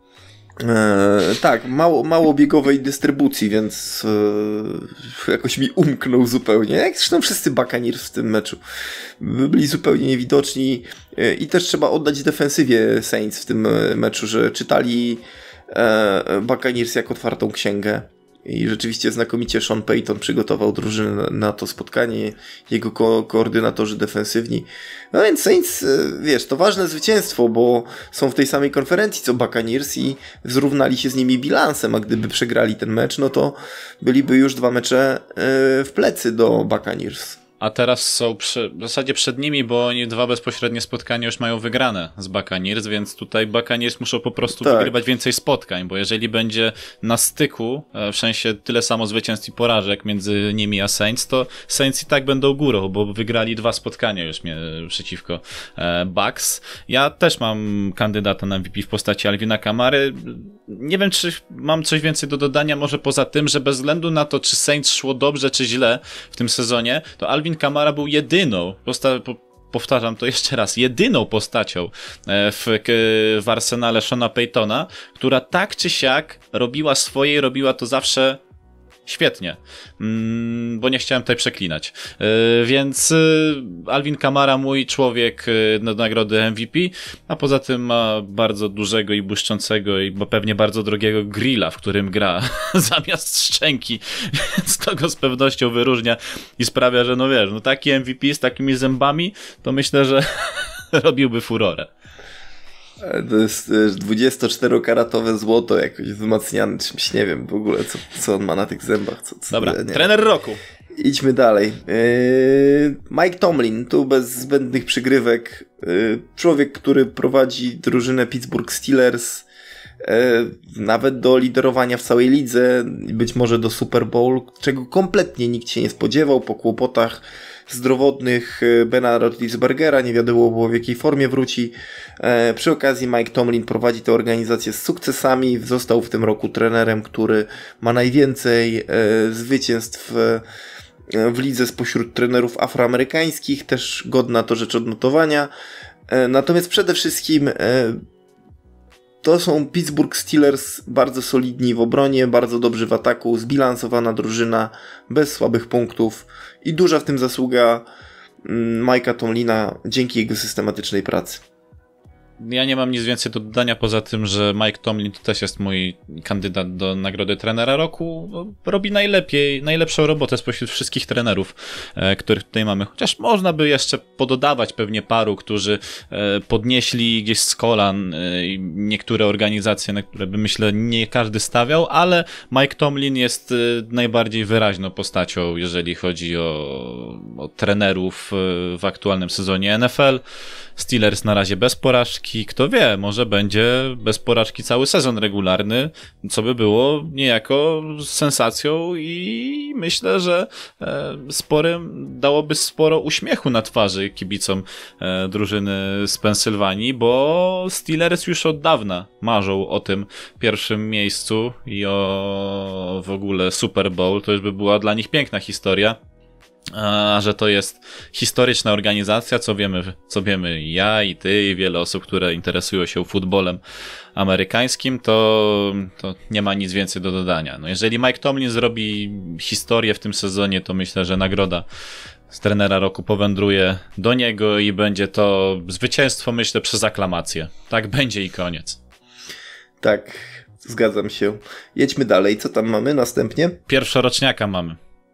Tak, mało biegowej dystrybucji, więc jakoś mi umknął zupełnie. Jak zresztą wszyscy Buccaneers w tym meczu. Byli zupełnie niewidoczni i też trzeba oddać defensywie Saints w tym meczu, że czytali Buccaneers jak otwartą księgę. I rzeczywiście znakomicie Sean Payton przygotował drużynę na to spotkanie, jego koordynatorzy defensywni. No więc Saints, wiesz, to ważne zwycięstwo, bo są w tej samej konferencji co Buccaneers i zrównali się z nimi bilansem, a gdyby przegrali ten mecz, no to byliby już 2 mecze w plecy do Buccaneers. A teraz są w zasadzie przed nimi, bo oni 2 bezpośrednie spotkania już mają wygrane z Buccaneers, więc tutaj Buccaneers muszą po prostu wygrywać więcej spotkań, bo jeżeli będzie na styku, w sensie tyle samo zwycięstw i porażek między nimi a Saints, to Saints i tak będą górą, bo wygrali 2 spotkania już przeciwko Bucks. Ja też mam kandydata na MVP w postaci Alvina Kamary. Nie wiem, czy mam coś więcej do dodania, może poza tym, że bez względu na to, czy Saints szło dobrze, czy źle w tym sezonie, to Alvin Kamara był jedyną, powtarzam to jeszcze raz, jedyną postacią w arsenale Seana Paytona, która tak czy siak robiła swoje i robiła to zawsze świetnie, bo nie chciałem tutaj przeklinać. Więc Alvin Kamara, mój człowiek do nagrody MVP, a poza tym ma bardzo dużego i błyszczącego i pewnie bardzo drogiego grilla, w którym gra zamiast szczęki, więc to go z pewnością wyróżnia i sprawia, że no wiesz, no taki MVP z takimi zębami, to myślę, że robiłby furorę. To jest 24-karatowe złoto jakoś wzmacniane czymś, nie wiem w ogóle co on ma na tych zębach. Dobra, trener roku. Idźmy dalej. Mike Tomlin, tu bez zbędnych przygrywek. Człowiek, który prowadzi drużynę Pittsburgh Steelers nawet do liderowania w całej lidze, być może do Super Bowl, czego kompletnie nikt się nie spodziewał po kłopotach zdrowotnych Bena Roethlisbergera, nie wiadomo było w jakiej formie wróci. Przy okazji Mike Tomlin prowadzi tę organizację z sukcesami, został w tym roku trenerem, który ma najwięcej zwycięstw w lidze spośród trenerów afroamerykańskich, też godna to rzecz odnotowania. Natomiast przede wszystkim to są Pittsburgh Steelers bardzo solidni w obronie, bardzo dobrzy w ataku, zbilansowana drużyna, bez słabych punktów i duża w tym zasługa Mike'a Tomlina dzięki jego systematycznej pracy. Ja nie mam nic więcej do dodania poza tym, że Mike Tomlin to też jest mój kandydat do nagrody trenera roku. Robi najlepszą robotę spośród wszystkich trenerów, których tutaj mamy. Chociaż można by jeszcze pododawać pewnie paru, którzy podnieśli gdzieś z kolan niektóre organizacje, na które by myślę nie każdy stawiał, ale Mike Tomlin jest najbardziej wyraźną postacią, jeżeli chodzi o trenerów w aktualnym sezonie NFL. Steelers na razie bez porażki, kto wie, może będzie bez porażki cały sezon regularny, co by było niejako sensacją i myślę, że dałoby sporo uśmiechu na twarzy kibicom drużyny z Pensylwanii, bo Steelers już od dawna marzą o tym pierwszym miejscu i o w ogóle Super Bowl, to już by była dla nich piękna historia. A że to jest historyczna organizacja, co wiemy ja i ty i wiele osób, które interesują się futbolem amerykańskim, to nie ma nic więcej do dodania. No jeżeli Mike Tomlin zrobi historię w tym sezonie, to myślę, że nagroda z trenera roku powędruje do niego i będzie to zwycięstwo, myślę, przez aklamację. Tak będzie i koniec. Tak, zgadzam się. Jedźmy dalej. Co tam mamy następnie? Pierwszoroczniaka mamy.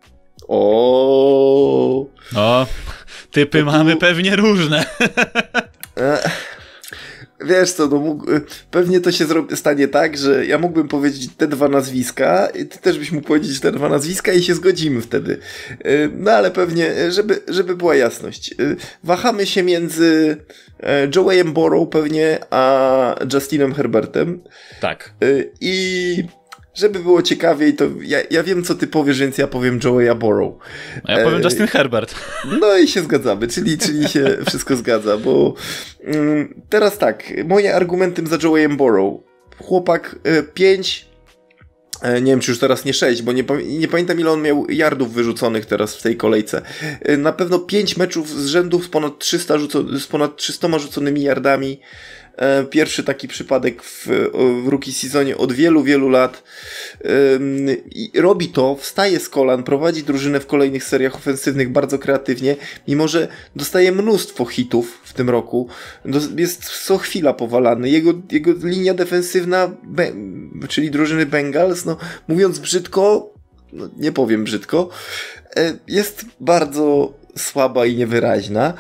O, typy mamy pewnie różne. wiesz co, no pewnie to się stanie tak, że ja mógłbym powiedzieć te dwa nazwiska, i ty też byś mógł powiedzieć te dwa nazwiska i się zgodzimy wtedy. No ale pewnie, żeby była jasność. Wahamy się między Joey'em Burrow pewnie, a Justinem Herbertem. Tak. I żeby było ciekawiej, to ja wiem, co ty powiesz, więc ja powiem Joey'a Burrow. A ja powiem Justin Herbert. No i się zgadzamy, czyli się wszystko zgadza, bo teraz tak, moje argumentem za Joey'em Burrow. Chłopak 5, nie wiem czy już teraz nie 6, bo nie pamiętam ile on miał yardów wyrzuconych teraz w tej kolejce. Na pewno 5 meczów z rzędu z ponad 300 rzuconymi yardami. Pierwszy taki przypadek w rookie sezonie od wielu, wielu lat. I robi to, wstaje z kolan, prowadzi drużynę w kolejnych seriach ofensywnych bardzo kreatywnie, mimo że dostaje mnóstwo hitów w tym roku. Jest co chwila powalany. Jego linia defensywna, czyli drużyny Bengals, no mówiąc brzydko, no, nie powiem brzydko, jest bardzo słaba i niewyraźna.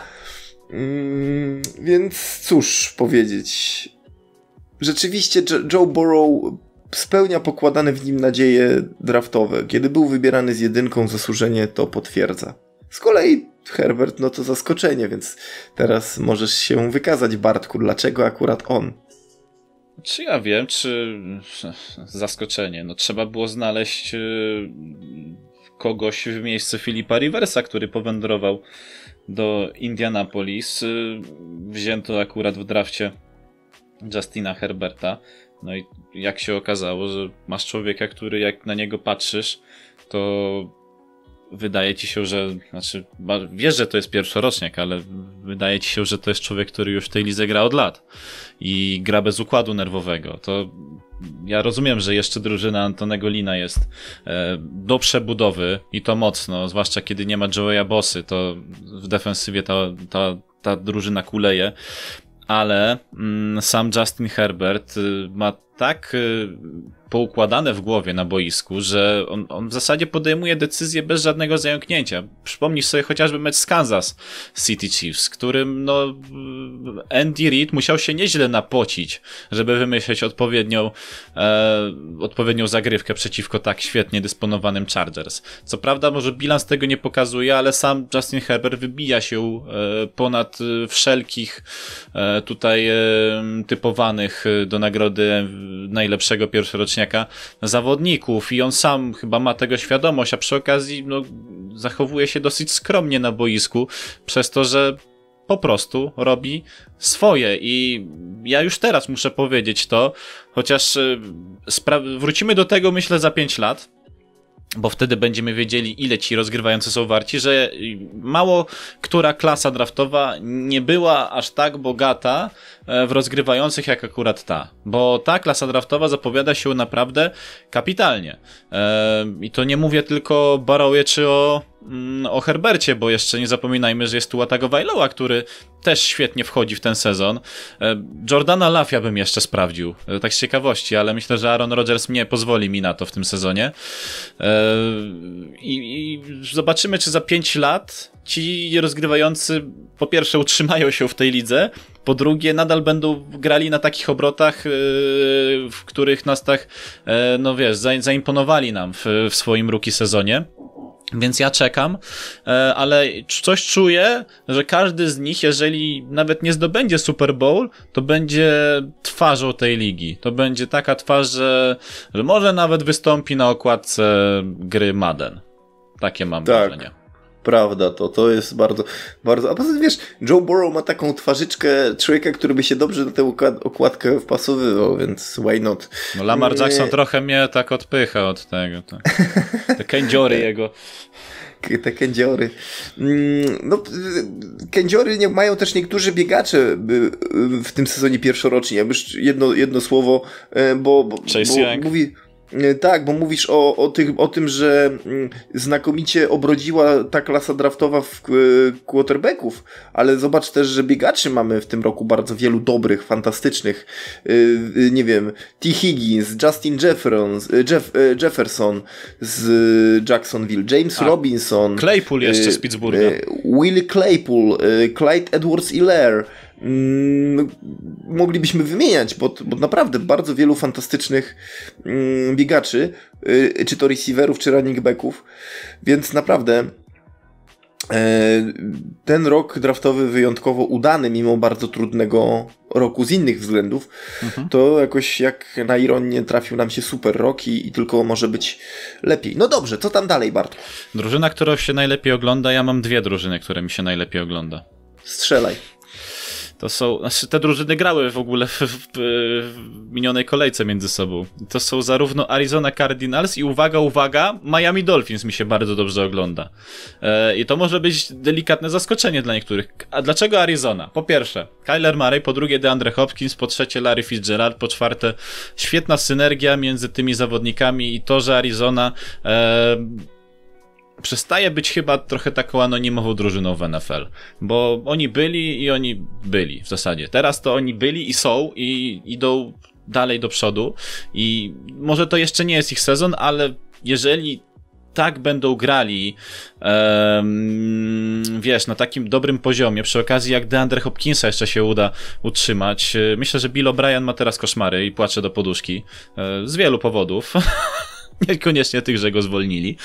Więc cóż powiedzieć. Rzeczywiście Joe Burrow spełnia pokładane w nim nadzieje draftowe. Kiedy był wybierany z 1, zasłużenie to potwierdza. Z kolei Herbert, no to zaskoczenie, więc teraz możesz się wykazać, Bartku, dlaczego akurat on? Czy ja wiem, czy zaskoczenie. No trzeba było znaleźć kogoś w miejsce Philipa Riversa, który powędrował do Indianapolis. Wzięto akurat w drafcie Justina Herberta. No i jak się okazało, że masz człowieka, który jak na niego patrzysz, to wydaje ci się, że wiesz, że to jest pierwszoroczniak, ale wydaje ci się, że to jest człowiek, który już w tej lidze gra od lat i gra bez układu nerwowego. To ja rozumiem, że jeszcze drużyna Antonego Lina jest do przebudowy i to mocno, zwłaszcza kiedy nie ma Joeya Bossy, to w defensywie ta drużyna kuleje, ale sam Justin Herbert ma tak poukładane w głowie na boisku, że on w zasadzie podejmuje decyzje bez żadnego zająknięcia. Przypomnij sobie chociażby mecz z Kansas City Chiefs, którym Andy Reid musiał się nieźle napocić, żeby wymyśleć odpowiednią zagrywkę przeciwko tak świetnie dysponowanym Chargers. Co prawda może bilans tego nie pokazuje, ale sam Justin Herbert wybija się ponad wszelkich tutaj typowanych do nagrody najlepszego pierwszoroczniaka zawodników i on sam chyba ma tego świadomość, a przy okazji zachowuje się dosyć skromnie na boisku przez to, że po prostu robi swoje i ja już teraz muszę powiedzieć to, chociaż wrócimy do tego myślę za 5 lat, bo wtedy będziemy wiedzieli, ile ci rozgrywający są warci, że mało która klasa draftowa nie była aż tak bogata w rozgrywających jak akurat ta. Bo ta klasa draftowa zapowiada się naprawdę kapitalnie. I to nie mówię tylko o Burrowie czy o Herbercie, bo jeszcze nie zapominajmy, że jest tu Tagovailoa, który też świetnie wchodzi w ten sezon. Jordana Lafia bym jeszcze sprawdził, tak z ciekawości, ale myślę, że Aaron Rodgers nie pozwoli mi na to w tym sezonie. I zobaczymy, czy za 5 lat ci rozgrywający po pierwsze utrzymają się w tej lidze, po drugie nadal będą grali na takich obrotach, w których nas tak, zaimponowali nam w swoim rookie sezonie. Więc ja czekam, ale coś czuję, że każdy z nich, jeżeli nawet nie zdobędzie Super Bowl, to będzie twarzą tej ligi. To będzie taka twarz, że może nawet wystąpi na okładce gry Madden. Takie mam wrażenie. Prawda, to jest bardzo, bardzo... A poza tym wiesz, Joe Burrow ma taką twarzyczkę człowieka, który by się dobrze na tę okładkę wpasowywał, więc why not? No Lamar Jackson trochę mnie tak odpycha od tego. Te kędziory jego. Te kędziory. No, kędziory nie mają też niektórzy biegacze w tym sezonie pierwszoroczni. Ja już jedno słowo, bo mówi... Tak, bo mówisz o tym, że znakomicie obrodziła ta klasa draftowa w quarterbacków, ale zobacz też, że biegaczy mamy w tym roku bardzo wielu dobrych, fantastycznych. Nie wiem, T. Higgins, Justin Jefferson z Jacksonville, James Robinson. Claypool jeszcze z Pittsburgha. Willie Claypool, Clyde Edwards-Helaire. moglibyśmy wymieniać, bo naprawdę bardzo wielu fantastycznych biegaczy, czy to receiverów, czy running backów, więc naprawdę ten rok draftowy wyjątkowo udany, mimo bardzo trudnego roku z innych względów, to jakoś jak na ironię trafił nam się super rok i tylko może być lepiej. No dobrze, co tam dalej, Bartku? Drużyna, którą się najlepiej ogląda, ja mam 2 drużyny, które mi się najlepiej ogląda. Strzelaj. To są, znaczy te drużyny grały w ogóle w minionej kolejce między sobą. To są zarówno Arizona Cardinals i uwaga, Miami Dolphins mi się bardzo dobrze ogląda. I to może być delikatne zaskoczenie dla niektórych. A dlaczego Arizona? Po pierwsze, Kyler Murray, po drugie DeAndre Hopkins, po trzecie Larry Fitzgerald, po czwarte świetna synergia między tymi zawodnikami i to, że Arizona przestaje być chyba trochę taką anonimową drużyną w NFL, bo oni byli w zasadzie. Teraz to oni byli i są i idą dalej do przodu i może to jeszcze nie jest ich sezon, ale jeżeli tak będą grali wiesz, na takim dobrym poziomie, przy okazji jak DeAndre Hopkinsa jeszcze się uda utrzymać, myślę, że Bill O'Brien ma teraz koszmary i płacze do poduszki z wielu powodów. Niekoniecznie tych, że go zwolnili.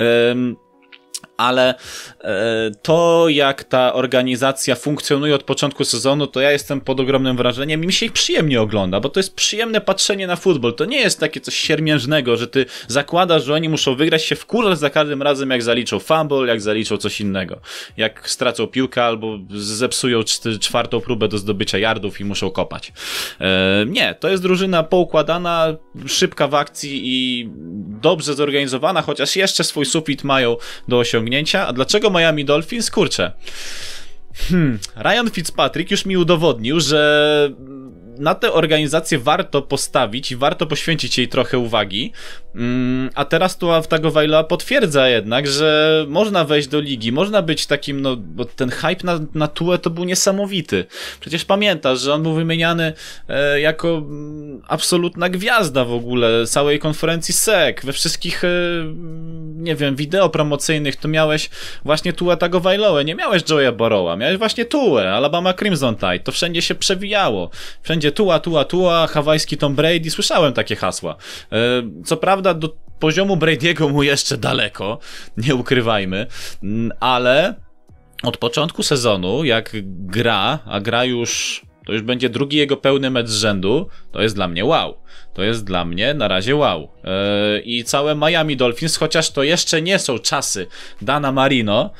Ale to, jak ta organizacja funkcjonuje od początku sezonu, to ja jestem pod ogromnym wrażeniem i mi się ich przyjemnie ogląda, bo to jest przyjemne patrzenie na futbol. To nie jest takie coś siermiężnego, że ty zakładasz, że oni muszą wygrać, się wkurzasz za każdym razem, jak zaliczą fumble, jak zaliczą coś innego. Jak stracą piłkę albo zepsują czwartą próbę do zdobycia yardów i muszą kopać. Nie, to jest drużyna poukładana, szybka w akcji i dobrze zorganizowana, chociaż jeszcze swój sufit mają do osiągnięcia. A dlaczego Miami Dolphins? Kurczę. Ryan Fitzpatrick już mi udowodnił, że na tę organizację warto postawić i warto poświęcić jej trochę uwagi, a teraz Tua Tagovailoa potwierdza jednak, że można wejść do ligi, można być takim, no bo ten hype na Tuę to był niesamowity. Przecież pamiętasz, że on był wymieniany jako absolutna gwiazda w ogóle całej konferencji SEC, we wszystkich nie wiem, wideo promocyjnych to miałeś właśnie Tua Tagovailoa, nie miałeś Joe'a Burrowa, miałeś właśnie Tuę, Alabama Crimson Tide, to wszędzie się przewijało, wszędzie Tua, hawajski Tom Brady, słyszałem takie hasła. Co prawda do poziomu Brady'ego mu jeszcze daleko, nie ukrywajmy, ale od początku sezonu, jak gra, a gra już, to już będzie drugi jego pełny mecz z rzędu, to jest dla mnie wow. To jest dla mnie na razie wow. I całe Miami Dolphins, chociaż to jeszcze nie są czasy Dana Marino,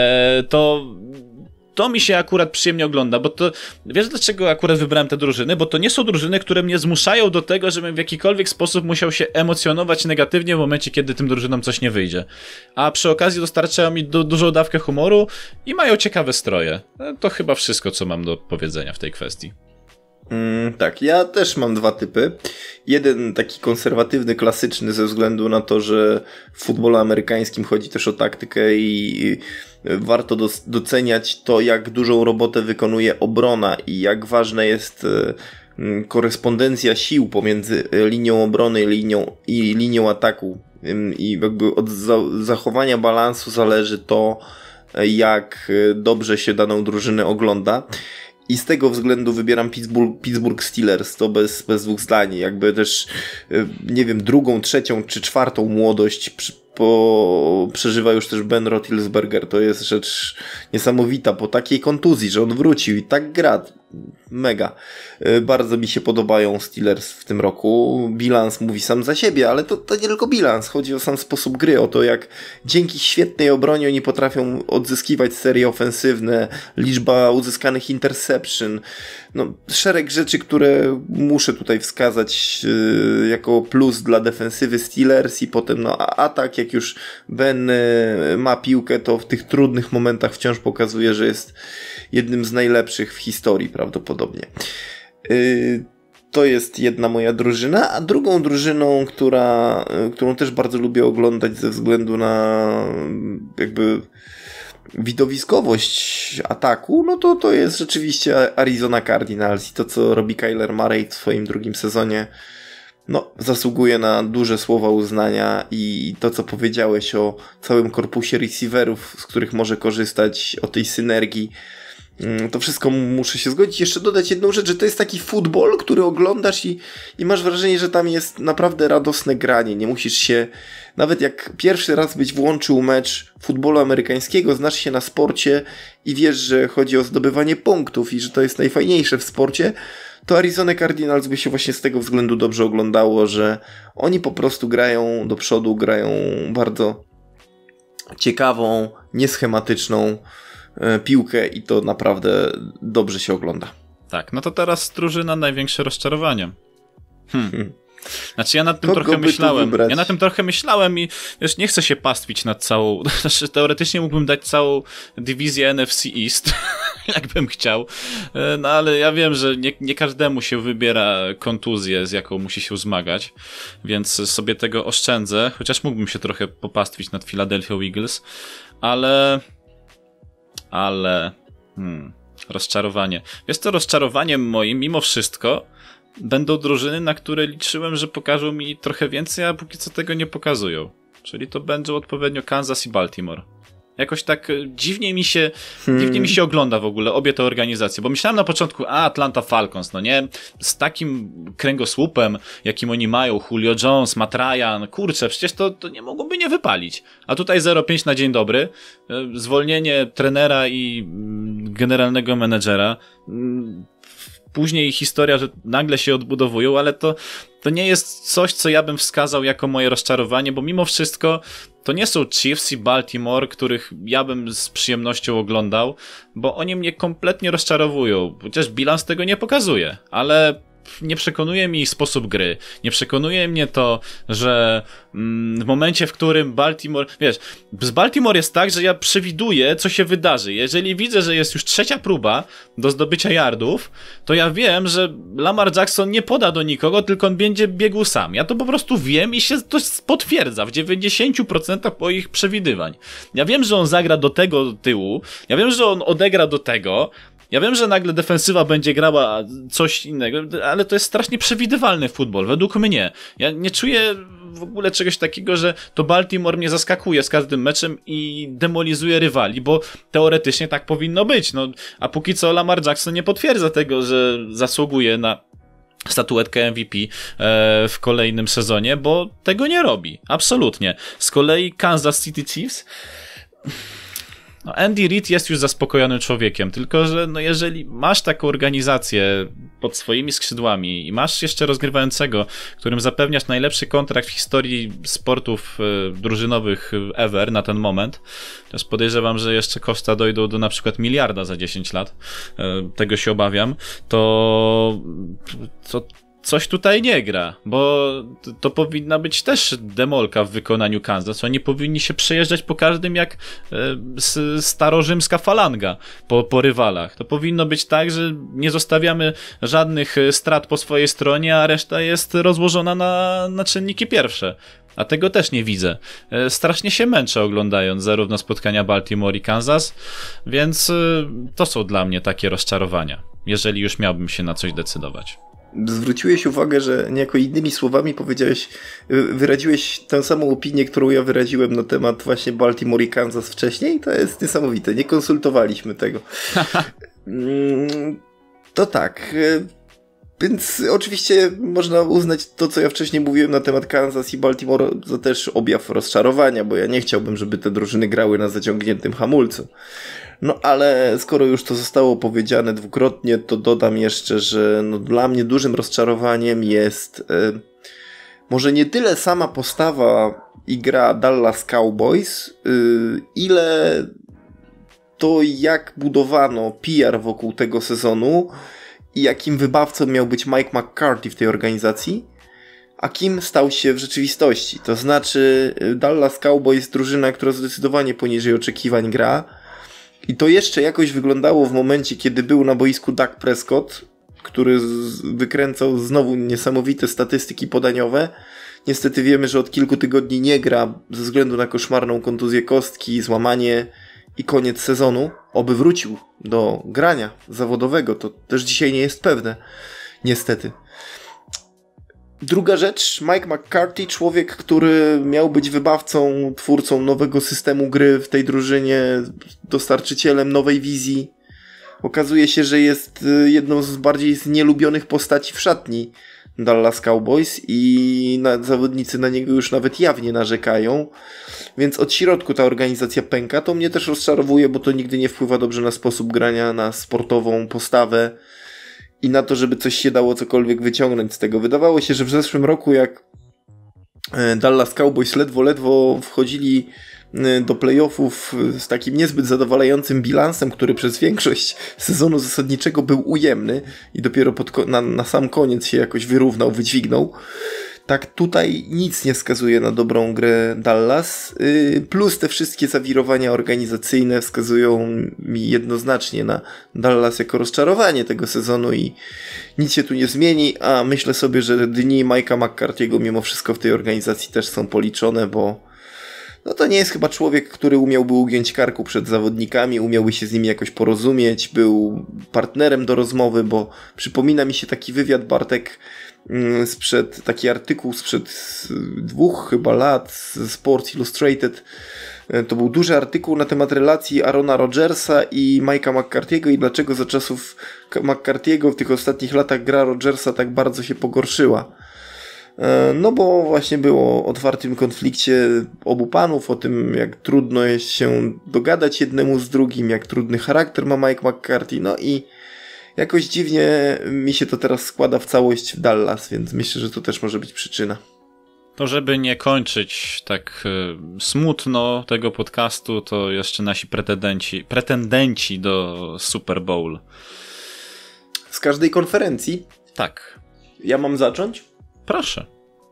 to mi się akurat przyjemnie ogląda, bo to, wiesz dlaczego akurat wybrałem te drużyny? Bo to nie są drużyny, które mnie zmuszają do tego, żebym w jakikolwiek sposób musiał się emocjonować negatywnie w momencie, kiedy tym drużynom coś nie wyjdzie. A przy okazji dostarczają mi dużą dawkę humoru i mają ciekawe stroje. To chyba wszystko, co mam do powiedzenia w tej kwestii. Tak, ja też mam 2 typy. Jeden taki konserwatywny, klasyczny ze względu na to, że w futbolu amerykańskim chodzi też o taktykę i warto doceniać to, jak dużą robotę wykonuje obrona i jak ważna jest korespondencja sił pomiędzy linią obrony i linią ataku. I jakby od zachowania balansu zależy to, jak dobrze się daną drużynę ogląda. I z tego względu wybieram Pittsburgh Steelers, to bez 2 zdań. Jakby też, nie wiem, 2., 3. czy 4. młodość przeżywa już też Ben Roethlisberger. To jest rzecz niesamowita po takiej kontuzji, że on wrócił i tak gra. Mega. Bardzo mi się podobają Steelers w tym roku. Bilans mówi sam za siebie, ale to nie tylko bilans. Chodzi o sam sposób gry, o to jak dzięki świetnej obronie oni potrafią odzyskiwać serie ofensywne, liczba uzyskanych interception. No, szereg rzeczy, które muszę tutaj wskazać jako plus dla defensywy Steelers i potem atak, jak już Ben ma piłkę, to w tych trudnych momentach wciąż pokazuje, że jest jednym z najlepszych w historii prawdopodobnie. To jest jedna moja drużyna, a drugą drużyną, którą też bardzo lubię oglądać ze względu na jakby widowiskowość ataku, no to jest rzeczywiście Arizona Cardinals i to, co robi Kyler Murray w swoim drugim sezonie, no, zasługuje na duże słowa uznania i to, co powiedziałeś o całym korpusie receiverów, z których może korzystać, o tej synergii, To wszystko muszę się zgodzić. Jeszcze dodać jedną rzecz, że to jest taki futbol, który oglądasz i masz wrażenie, że tam jest naprawdę radosne granie. Nie musisz się, nawet jak pierwszy raz byś włączył mecz futbolu amerykańskiego, znasz się na sporcie i wiesz, że chodzi o zdobywanie punktów i że to jest najfajniejsze w sporcie, to Arizona Cardinals by się właśnie z tego względu dobrze oglądało, że oni po prostu grają do przodu, grają bardzo ciekawą, nieschematyczną piłkę i to naprawdę dobrze się ogląda. Tak, no to teraz drużyna największe rozczarowanie. Znaczy ja nad tym trochę myślałem i wiesz, nie chcę się pastwić nad całą, znaczy teoretycznie mógłbym dać całą dywizję NFC East, jakbym chciał, no ale ja wiem, że nie każdemu się wybiera kontuzję, z jaką musi się zmagać, więc sobie tego oszczędzę, chociaż mógłbym się trochę popastwić nad Philadelphia Eagles, ale rozczarowanie. Jest to rozczarowaniem moim, mimo wszystko, będą drużyny, na które liczyłem, że pokażą mi trochę więcej, a póki co tego nie pokazują. Czyli to będą odpowiednio Kansas i Baltimore. Jakoś tak dziwnie mi się ogląda w ogóle obie te organizacje, bo myślałem na początku, Atlanta Falcons, no nie? Z takim kręgosłupem, jakim oni mają, Julio Jones, Matt Ryan, kurczę, przecież to nie mogłoby nie wypalić. A tutaj 0-5 na dzień dobry, zwolnienie trenera i generalnego menedżera, później historia, że nagle się odbudowują, ale to nie jest coś, co ja bym wskazał jako moje rozczarowanie, bo mimo wszystko to nie są Chiefs i Baltimore, których ja bym z przyjemnością oglądał, bo oni mnie kompletnie rozczarowują, chociaż bilans tego nie pokazuje, ale nie przekonuje mi ich sposób gry, nie przekonuje mnie to, że w momencie, w którym Baltimore, wiesz, z Baltimore jest tak, że ja przewiduję, co się wydarzy. Jeżeli widzę, że jest już trzecia próba do zdobycia yardów, to ja wiem, że Lamar Jackson nie poda do nikogo, tylko on będzie biegł sam. Ja to po prostu wiem i się to potwierdza w 90% moich przewidywań. Ja wiem, że on zagra do tego tyłu, ja wiem, że on odegra do tego, ja wiem, że nagle defensywa będzie grała coś innego, ale to jest strasznie przewidywalny futbol, według mnie. Ja nie czuję w ogóle czegoś takiego, że to Baltimore mnie zaskakuje z każdym meczem i demolizuje rywali, bo teoretycznie tak powinno być. No, a póki co Lamar Jackson nie potwierdza tego, że zasługuje na statuetkę MVP w kolejnym sezonie, bo tego nie robi. Absolutnie. Z kolei Kansas City Chiefs... No Andy Reid jest już zaspokojonym człowiekiem, tylko że no jeżeli masz taką organizację pod swoimi skrzydłami i masz jeszcze rozgrywającego, którym zapewniasz najlepszy kontrakt w historii sportów drużynowych ever na ten moment, też podejrzewam, że jeszcze koszta dojdą do na przykład miliarda za 10 lat, tego się obawiam, to coś tutaj nie gra, bo to powinna być też demolka w wykonaniu Kansas. Oni powinni się przejeżdżać po każdym jak starorzymska falanga po rywalach. To powinno być tak, że nie zostawiamy żadnych strat po swojej stronie, a reszta jest rozłożona na czynniki pierwsze. A tego też nie widzę. Strasznie się męczę oglądając zarówno spotkania Baltimore i Kansas, więc to są dla mnie takie rozczarowania, jeżeli już miałbym się na coś decydować. Zwróciłeś uwagę, że niejako innymi słowami wyraziłeś tę samą opinię, którą ja wyraziłem na temat właśnie Baltimore i Kansas wcześniej. To jest niesamowite. Nie konsultowaliśmy tego. To tak. Więc oczywiście można uznać to, co ja wcześniej mówiłem na temat Kansas i Baltimore, za też objaw rozczarowania, bo ja nie chciałbym, żeby te drużyny grały na zaciągniętym hamulcu. No ale skoro już to zostało powiedziane dwukrotnie, to dodam jeszcze, że no, dla mnie dużym rozczarowaniem jest może nie tyle sama postawa i gra Dallas Cowboys, ile to jak budowano PR wokół tego sezonu i jakim wybawcą miał być Mike McCarthy w tej organizacji, a kim stał się w rzeczywistości. To znaczy Dallas Cowboys, drużyna, która zdecydowanie poniżej oczekiwań gra. I to jeszcze jakoś wyglądało w momencie, kiedy był na boisku Dak Prescott, który wykręcał znowu niesamowite statystyki podaniowe. Niestety wiemy, że od kilku tygodni nie gra ze względu na koszmarną kontuzję kostki, złamanie i koniec sezonu. Oby wrócił do grania zawodowego, to też dzisiaj nie jest pewne. Niestety. Druga rzecz, Mike McCarthy, człowiek, który miał być wybawcą, twórcą nowego systemu gry w tej drużynie, dostarczycielem nowej wizji. okazuje się, że jest jedną z bardziej znielubionych postaci w szatni Dallas Cowboys i zawodnicy na niego już nawet jawnie narzekają, więc od środku ta organizacja pęka. To mnie też rozczarowuje, bo to nigdy nie wpływa dobrze na sposób grania, na sportową postawę i na to, żeby coś się dało cokolwiek wyciągnąć z tego. Wydawało się, że w zeszłym roku, jak Dallas Cowboys ledwo wchodzili do playoffów z takim niezbyt zadowalającym bilansem, który przez większość sezonu zasadniczego był ujemny i dopiero na sam koniec się jakoś wyrównał, wydźwignął. Tak tutaj nic nie wskazuje na dobrą grę Dallas, plus te wszystkie zawirowania organizacyjne wskazują mi jednoznacznie na Dallas jako rozczarowanie tego sezonu i nic się tu nie zmieni, a myślę sobie, że dni Mike'a McCarthy'ego mimo wszystko w tej organizacji też są policzone, bo no to nie jest chyba człowiek, który umiałby ugiąć karku przed zawodnikami, umiałby się z nimi jakoś porozumieć, był partnerem do rozmowy, bo przypomina mi się taki wywiad, Bartek, taki artykuł sprzed 2 chyba lat z Sports Illustrated. To był duży artykuł na temat relacji Aarona Rodgersa i Mike'a McCarthy'ego i dlaczego za czasów McCarthy'ego w tych ostatnich latach gra Rodgersa tak bardzo się pogorszyła. No bo właśnie było o otwartym konflikcie obu panów, o tym jak trudno jest się dogadać jednemu z drugim, jak trudny charakter ma Mike McCarthy, no i jakoś dziwnie mi się to teraz składa w całość w Dallas, więc myślę, że to też może być przyczyna. To żeby nie kończyć tak smutno tego podcastu, to jeszcze nasi pretendenci do Super Bowl. Z każdej konferencji? Tak. Ja mam zacząć? Proszę.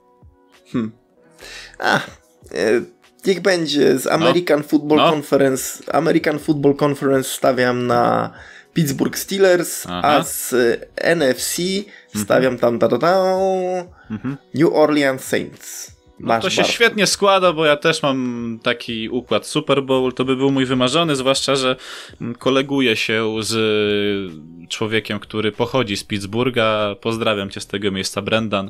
Niech będzie z American Football Conference. American Football Conference stawiam na Pittsburgh Steelers, a z NFC stawiam tam New Orleans Saints. No to się świetnie składa, bo ja też mam taki układ Super Bowl, to by był mój wymarzony, zwłaszcza, że koleguję się z człowiekiem, który pochodzi z Pittsburgha. Pozdrawiam cię z tego miejsca, Brendan.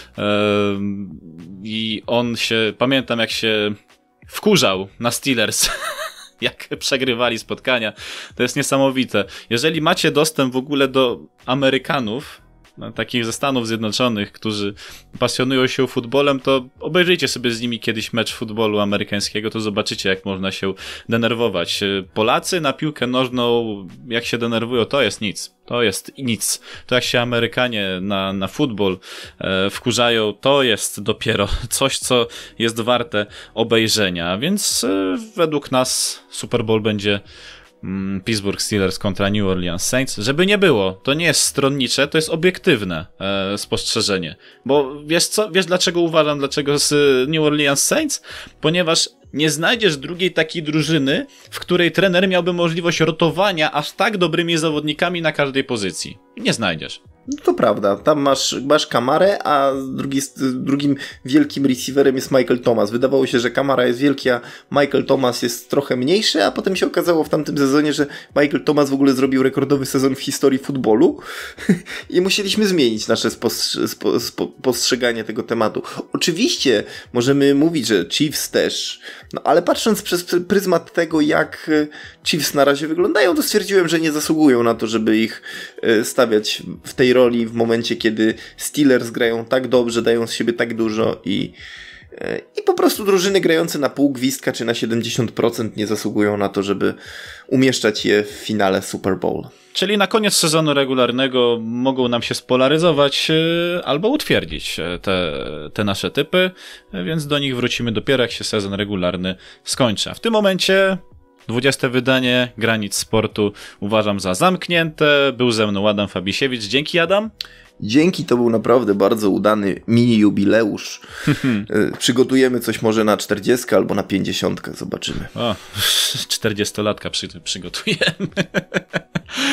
I on się, pamiętam jak się wkurzał na Steelers, jak przegrywali spotkania. To jest niesamowite. Jeżeli macie dostęp w ogóle do Amerykanów, takich ze Stanów Zjednoczonych, którzy pasjonują się futbolem, to obejrzyjcie sobie z nimi kiedyś mecz futbolu amerykańskiego, to zobaczycie, jak można się denerwować. Polacy na piłkę nożną, jak się denerwują, to jest nic. To jest nic. To jak się Amerykanie na futbol wkurzają, to jest dopiero coś, co jest warte obejrzenia. Więc według nas Super Bowl będzie Pittsburgh Steelers kontra New Orleans Saints. Żeby nie było, to nie jest stronnicze, to jest obiektywne spostrzeżenie. Bo wiesz dlaczego uważam, dlaczego z New Orleans Saints? Ponieważ nie znajdziesz drugiej takiej drużyny, w której trener miałby możliwość rotowania aż tak dobrymi zawodnikami na każdej pozycji. Nie znajdziesz. No to prawda, tam masz Kamarę, a drugim wielkim receiverem jest Michael Thomas. Wydawało się, że Kamara jest wielki, a Michael Thomas jest trochę mniejszy, a potem się okazało w tamtym sezonie, że Michael Thomas w ogóle zrobił rekordowy sezon w historii futbolu i musieliśmy zmienić nasze postrzeganie tego tematu. Oczywiście możemy mówić, że Chiefs też, no ale patrząc przez pryzmat tego, jak Chiefs na razie wyglądają, to stwierdziłem, że nie zasługują na to, żeby ich stawiać w tej roli w momencie, kiedy Steelers grają tak dobrze, dają z siebie tak dużo i po prostu drużyny grające na pół gwizdka czy na 70% nie zasługują na to, żeby umieszczać je w finale Super Bowl. Czyli na koniec sezonu regularnego mogą nam się spolaryzować albo utwierdzić te nasze typy, więc do nich wrócimy dopiero jak się sezon regularny skończy. A w tym momencie 20. wydanie Granic Sportu uważam za zamknięte. Był ze mną Adam Fabisiewicz. Dzięki, Adam. Dzięki, to był naprawdę bardzo udany mini jubileusz. Przygotujemy coś może na 40 albo na 50, zobaczymy. O, 40-latka przygotujemy.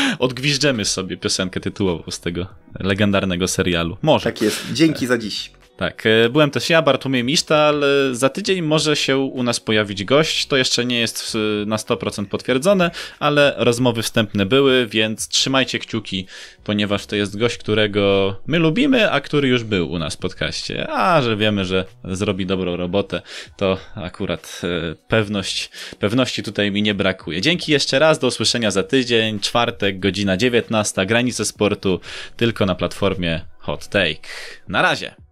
Odgwiżdżemy sobie piosenkę tytułową z tego legendarnego serialu. Może. Tak jest. Dzięki za dziś. Tak, byłem też ja, Bartłomiej Misztal. Za tydzień może się u nas pojawić gość. To jeszcze nie jest na 100% potwierdzone, ale rozmowy wstępne były, więc trzymajcie kciuki, ponieważ to jest gość, którego my lubimy, a który już był u nas w podcaście. A że wiemy, że zrobi dobrą robotę, to akurat pewności tutaj mi nie brakuje. Dzięki jeszcze raz, do usłyszenia za tydzień, czwartek, godzina 19, Granice Sportu, tylko na platformie Hot Take. Na razie!